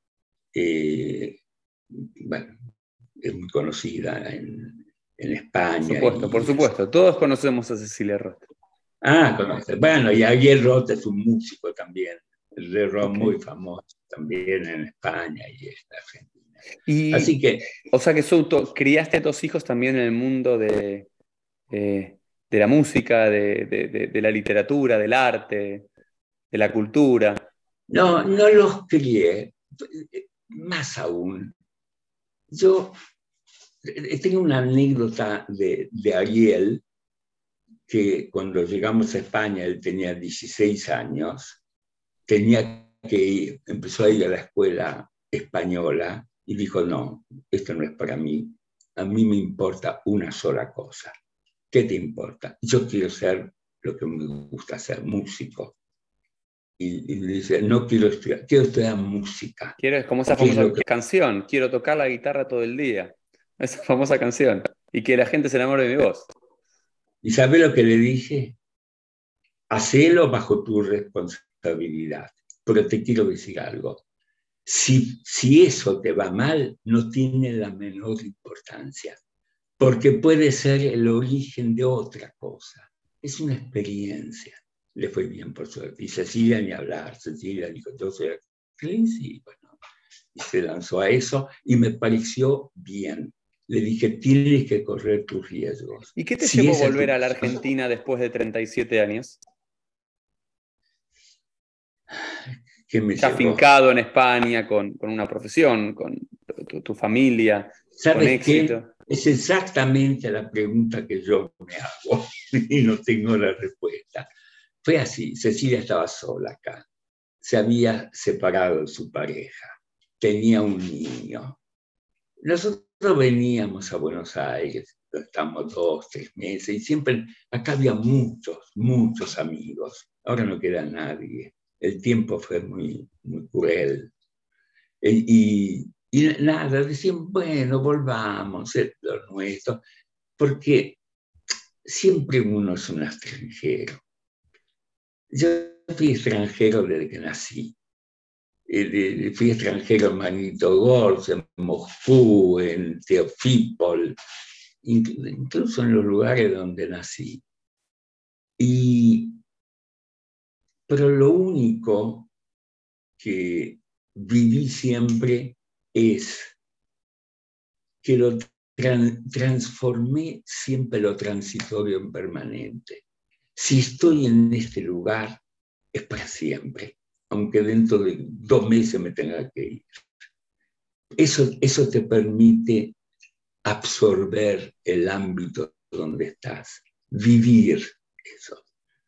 eh, bueno, es muy conocida en, en España.
Por supuesto,
y,
por supuesto, todos conocemos a Cecilia Roth.
Ah, conoces. Bueno, y Ariel Roth es un músico también, el de rock okay. Muy famoso también en España y en Argentina.
Y,
Así que...
O sea que Souto, criaste a tus hijos también en el mundo de, de, de la música, de, de, de, de la literatura, del arte, de la cultura.
No, no los crié. Más aún, yo tengo una anécdota de, de Ariel, que cuando llegamos a España, él tenía dieciséis años, tenía que ir, empezó a ir a la escuela española y dijo, no, esto no es para mí, a mí me importa una sola cosa. ¿Qué te importa? Yo quiero ser lo que me gusta hacer, músico. Y, y dice, no quiero estudiar, quiero estudiar música.
Quiero, es como esa famosa que... canción, quiero tocar la guitarra todo el día. Esa famosa canción. Y que la gente se enamore de mi voz.
¿Y sabe lo que le dije? Hacelo bajo tu responsabilidad. Pero te quiero decir algo. Si, si eso te va mal, no tiene la menor importancia, porque puede ser el origen de otra cosa. Es una experiencia. Le fue bien, por suerte. Y Cecilia ni hablar. Cecilia dijo, yo soy actriz, y bueno, y se lanzó a eso, y me pareció bien. Le dije, tienes que correr tus riesgos.
¿Y qué te
Si
llevó a
esa es tu
volver a la
pasión,
Argentina después de treinta y siete años?
¿qué me
Ya
llevó?
afincado en España, con, con una profesión, con tu, tu familia, con
¿Sabes qué?
éxito.
Es exactamente la pregunta que yo me hago y no tengo la respuesta. Fue así, Cecilia estaba sola acá, se había separado de su pareja, tenía un niño. Nosotros veníamos a Buenos Aires, estamos dos, tres meses, y siempre acá había muchos, muchos amigos. Ahora no queda nadie. El tiempo fue muy, muy cruel. Y, y nada, decían, bueno, volvamos, es lo nuestro, porque siempre uno es un extranjero. Yo fui extranjero desde que nací. Eh, Fui extranjero en Magnitogorsk, en Moscú, en Teofípol, incluso en los lugares donde nací. Y, pero lo único que viví siempre es que lo tran transformé siempre lo transitorio en permanente. Si estoy en este lugar, es para siempre, aunque dentro de dos meses me tenga que ir. Eso, eso te permite absorber el ámbito donde estás, vivir eso.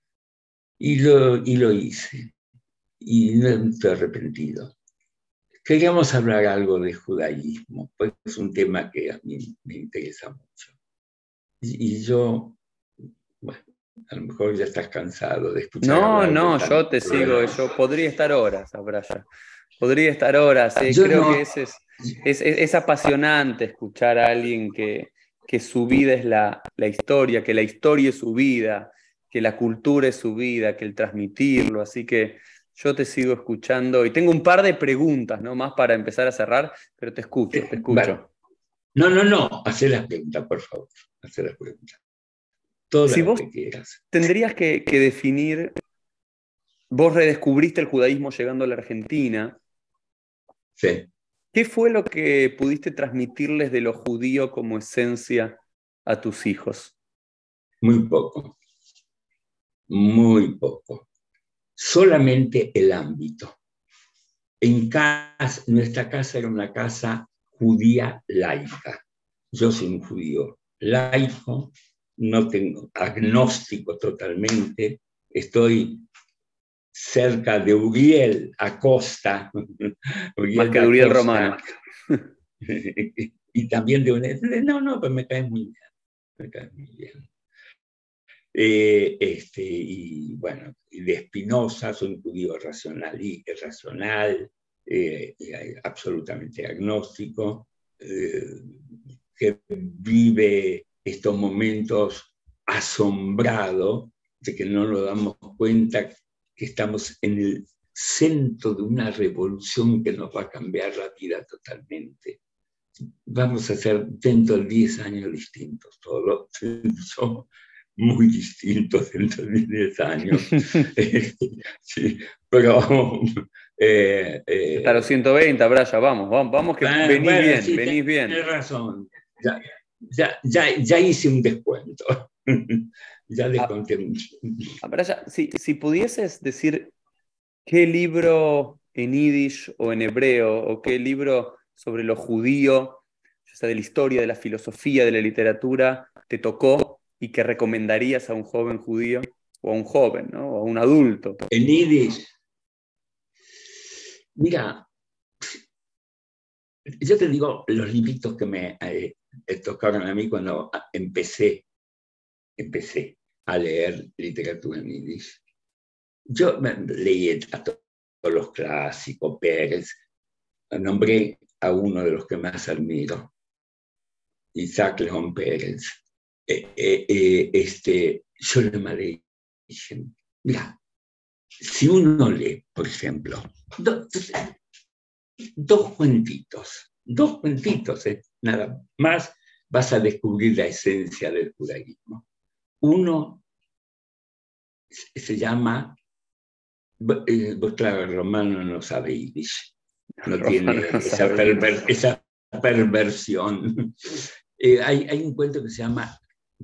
Y lo, y lo hice, y no estoy arrepentido. Queríamos hablar algo de judaísmo, pues es un tema que a mí me interesa mucho. Y, y yo, bueno, a lo mejor ya estás cansado de escuchar
No,
hablar de
no,
tanto.
yo te sigo, yo podría estar horas, Abraya. Podría estar horas. eh,
Yo
Creo
no,
que ese es, es, es, es apasionante escuchar a alguien que, que su vida es la, la historia, que la historia es su vida, que la cultura es su vida, que el transmitirlo. Así que yo te sigo escuchando y tengo un par de preguntas, ¿no? Más para empezar a cerrar, pero te escucho, te
bueno,
escucho.
no, no, no, haz las preguntas, por favor, haz las preguntas,
Si
todas las
vos
que quieras.
tendrías que, que definir, vos redescubriste el judaísmo llegando a la Argentina.
Sí,
¿Qué fue lo que pudiste transmitirles de lo judío como esencia a tus hijos?
muy poco, muy poco. Solamente el ámbito. En casa, nuestra casa era una casa judía laica. Yo soy un judío laico, no tengo agnóstico totalmente, estoy cerca de Uriel Acosta,
Más
Uriel
que
de
Duriel
Acosta,
Romano.
y también de un... No, no, pues me cae muy bien, me cae muy bien. Eh, este, y bueno, de Spinoza, soy un judío racional, y, racional eh, absolutamente agnóstico, eh, que vive estos momentos asombrado de que no nos damos cuenta que estamos en el centro de una revolución que nos va a cambiar la vida totalmente. Vamos a ser dentro de diez años distintos, todos somos muy distintos dentro de diez años. Sí, pero... Eh,
Hasta los
eh,
ciento veinte, Braya, vamos, vamos, vamos que venís
bueno,
bien,
sí,
venís bien.
tienes razón. Ya, ya, ya, ya hice un descuento. Ya
A,
desconté mucho.
a Braya, si, si pudieses decir qué libro en yiddish o en hebreo, o qué libro sobre lo judío, ya sea de la historia, de la filosofía, de la literatura, te tocó y que recomendarías a un joven judío, o a un joven, ¿no? O a un adulto.
En Yiddish, mira, yo te digo los libritos que me eh, tocaron a mí cuando empecé, empecé a leer literatura en Yiddish. Yo me, leí a todos los clásicos, Pérez, nombré a uno de los que más admiro, Isaac León Pérez. Eh, eh, eh, este, yo le mandé, mira, si uno lee, por ejemplo, dos cuentitos, dos cuentitos, ¿eh? Nada más vas a descubrir la esencia del judaísmo. Uno se llama, eh, vos claro, el romano no sabe yiddish, no tiene
Romano no
esa,
sabe.
perver, esa perversión. Eh, hay, hay un cuento que se llama,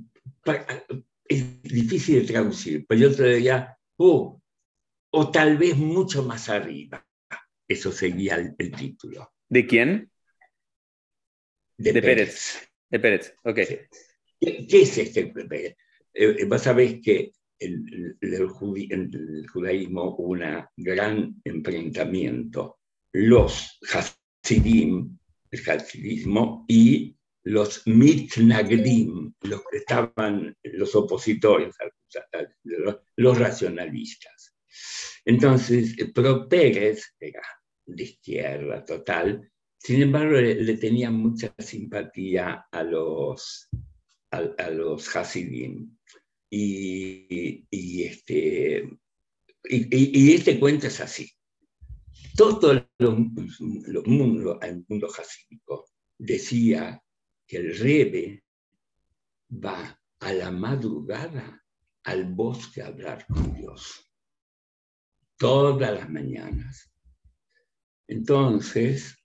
es difícil de traducir, pero yo te diría, oh, o tal vez mucho más arriba. Eso sería el, el título.
¿De quién?
De,
De
Pérez.
Pérez. De Pérez, ok.
Sí. ¿Qué, ¿Qué es este Pérez? Eh, vos sabés que el, el, el, judi el judaísmo hubo un gran enfrentamiento. Los Hasidim, el hasidismo, y los mitnagdim, los que estaban, los opositores, los, los racionalistas. Entonces, Pro Pérez era de izquierda total, sin embargo, le, le tenía mucha simpatía a los, a, a los Hasidim. Y, y, este, y, y este cuento es así. Todo lo, lo mundo, el mundo hasídico decía que el Rebbe va a la madrugada al bosque a hablar con Dios. Todas las mañanas. Entonces,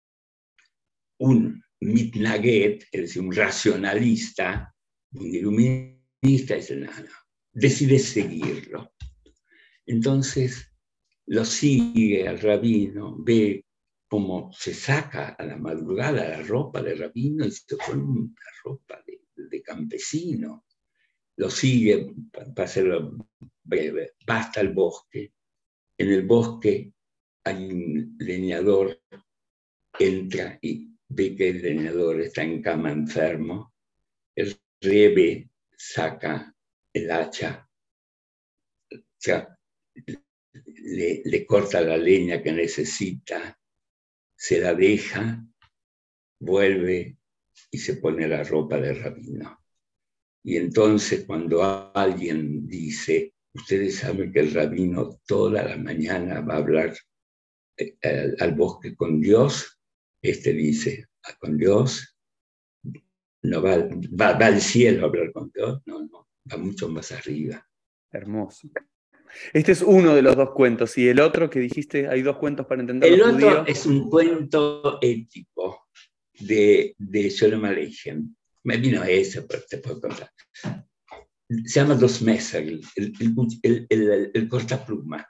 un mitnaget, es decir, un racionalista, un iluminista, dice, no, no, decide seguirlo. Entonces, lo sigue al rabino, ve cómo se saca a la madrugada la ropa del rabino y se pone una ropa de, de campesino. Lo sigue, para hacerlo breve, va hasta el bosque. En el bosque hay un leñador, entra y ve que el leñador está en cama enfermo. El Rebbe saca el hacha, o sea, le, le corta la leña que necesita, se la deja, vuelve y se pone la ropa de rabino. Y entonces cuando alguien dice, ustedes saben que el rabino toda la mañana va a hablar al, al bosque con Dios, este dice, ah, con Dios, no va, va, va al cielo a hablar con Dios, no, no, va mucho más arriba.
Hermoso. Este es uno de los dos cuentos. Y el otro que dijiste, hay dos cuentos para entender
El
los
otro
judíos.
es un cuento ético de, de Sholem Aleichem. Me vino ese, pero te puedo contar. Se llama Dos Messer, el, el, el, el, el cortapluma.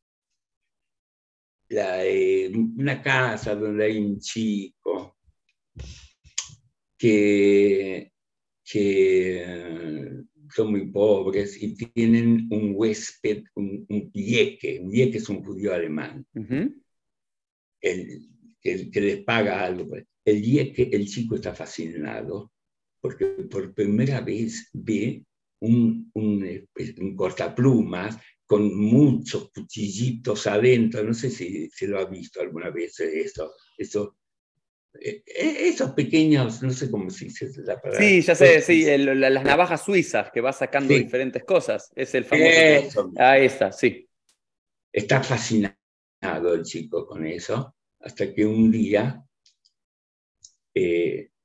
La, eh, una casa donde hay un chico que, que uh, son muy pobres y tienen un huésped, un, un yeke. Un yeke es un judío alemán. Uh-huh. el, el, que les paga algo. El día que el chico está fascinado, porque por primera vez ve un, un, un cortaplumas con muchos cuchillitos adentro. No sé si, si lo ha visto alguna vez eso. eso eh, esos pequeños, no sé cómo se dice la palabra.
Sí, ya sé, sí, el, las navajas suizas que va sacando sí. diferentes cosas. Es el famoso.
Eso.
Ahí está, sí.
Está fascinado el chico con eso, hasta que un día eh,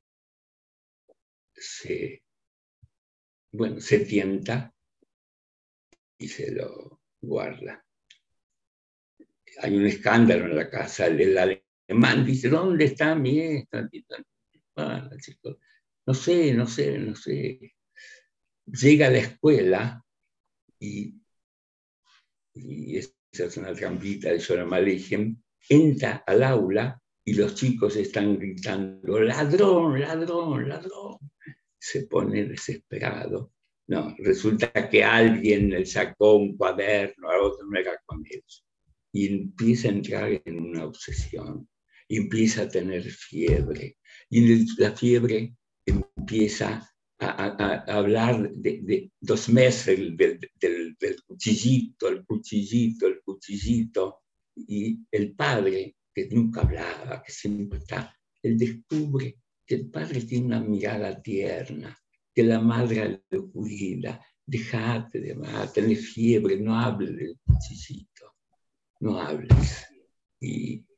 se, bueno, se tienta y se lo guarda. Hay un escándalo en la casa, el alemán dice, ¿dónde está mi esta? Ah, chico, no sé, no sé, no sé. Llega a la escuela y, y esa es una trampita de Sholem Aleichem, entra al aula y los chicos están gritando, ladrón, ladrón, ladrón. Se pone desesperado. No, resulta que alguien le sacó un cuaderno, a otro no era con ellos. Y empieza a entrar en una obsesión, y empieza a tener fiebre. Y la fiebre empieza a, a, a hablar de, de dos meses del, del, del cuchillito, el cuchillito, el cuchillito. Y el padre, que nunca hablaba, que siempre está, él descubre que el padre tiene una mirada tierna, que la madre lo cuida, dejate de va, tener fiebre, no hables del cuchillito, no hables. Y,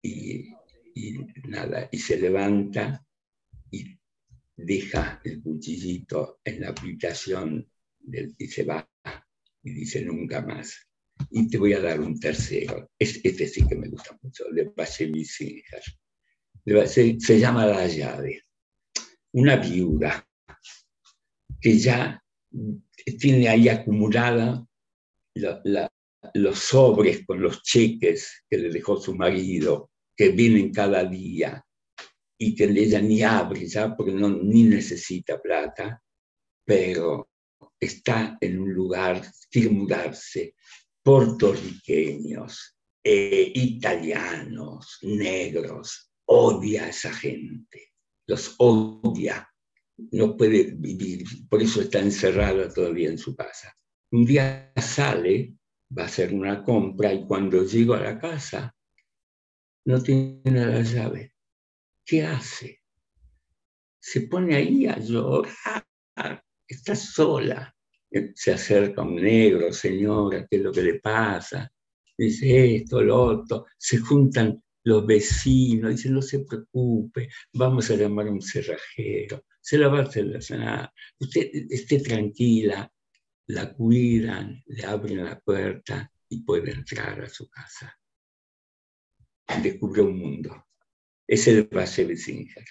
y, y nada, y se levanta y deja el cuchillito en la habitación del, y se va y dice nunca más. Y te voy a dar un tercero. Este sí que me gusta mucho, de Bashevis Singer. Se, se llama La llave. Una viuda que ya tiene ahí acumulada la, la, los sobres con los cheques que le dejó su marido, que vienen cada día y que ella ni abre ya porque no, ni necesita plata, pero está en un lugar, quiere mudarse, puertorriqueños, eh, italianos, negros, odia a esa gente, los odia, no puede vivir, por eso está encerrada todavía en su casa. Un día sale, va a hacer una compra y cuando llega a la casa no tiene la llave. ¿Qué hace? Se pone ahí a llorar, está sola. Se acerca un negro, señora, ¿qué es lo que le pasa? Dice esto, lo otro. Se juntan los vecinos, dicen, no se preocupe, vamos a llamar a un cerrajero, se la va a hacer la cena. Usted esté tranquila, la cuidan, le abren la puerta y puede entrar a su casa. Descubre un mundo. Ese es Bashevis Singer.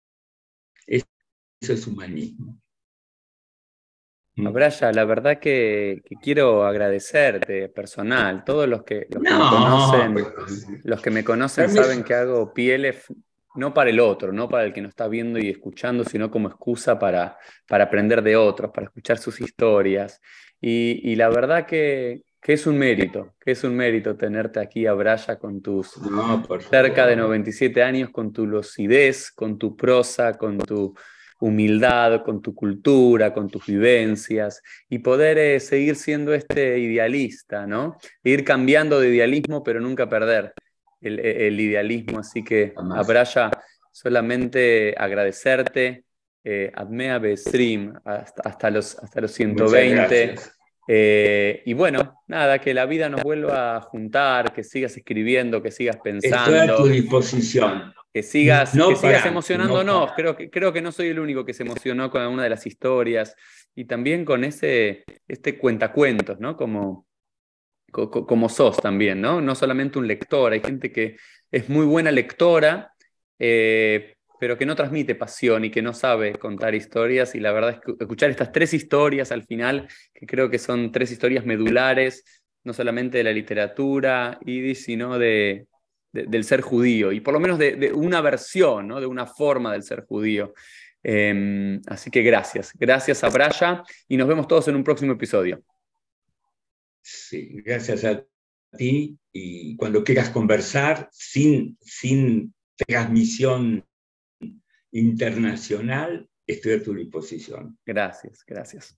Eso es humanismo.
Abraya, la verdad que, que quiero agradecerte personal. Todos los que, los que
No,
me conocen,
pues,
los que me conocen saben que hago P L F no para el otro, no para el que nos está viendo y escuchando, sino como excusa para, para aprender de otros, para escuchar sus historias. Y, y la verdad que, que es un mérito, que es un mérito tenerte aquí, Abraya, con tus
no, por
cerca de
favor.
noventa y siete años, con tu lucidez, con tu prosa, con tu humildad, con tu cultura, con tus vivencias, y poder eh, seguir siendo este idealista, ¿no? E ir cambiando de idealismo, pero nunca perder el, el idealismo. Así que,
Jamás.
Abraya, solamente agradecerte, eh, Admea Bestream, hasta, hasta, los, hasta los ciento veinte. Eh, y bueno, nada, que la vida nos vuelva a juntar, que sigas escribiendo, que sigas
Estoy a tu
pensando,
disposición.
que sigas, que
No
sigas
para, no
emocionándonos.
para.
Creo que, creo que no soy el único que se emocionó con alguna de las historias y también con ese, este cuentacuentos, ¿no? Como, co- co- como sos también, ¿no? No solamente un lector, hay gente que es muy buena lectora, eh, pero que no transmite pasión y que no sabe contar historias. Y la verdad es que escuchar estas tres historias al final, que creo que son tres historias medulares, no solamente de la literatura, yiddish, sino de, de- del ser judío, y por lo menos de, de una versión, ¿no? De una forma del ser judío. Eh, así que gracias, gracias a Braya y nos vemos todos en un próximo episodio.
Sí, gracias a ti. Y cuando quieras conversar sin, sin transmisión internacional, estoy a tu disposición.
Gracias, gracias.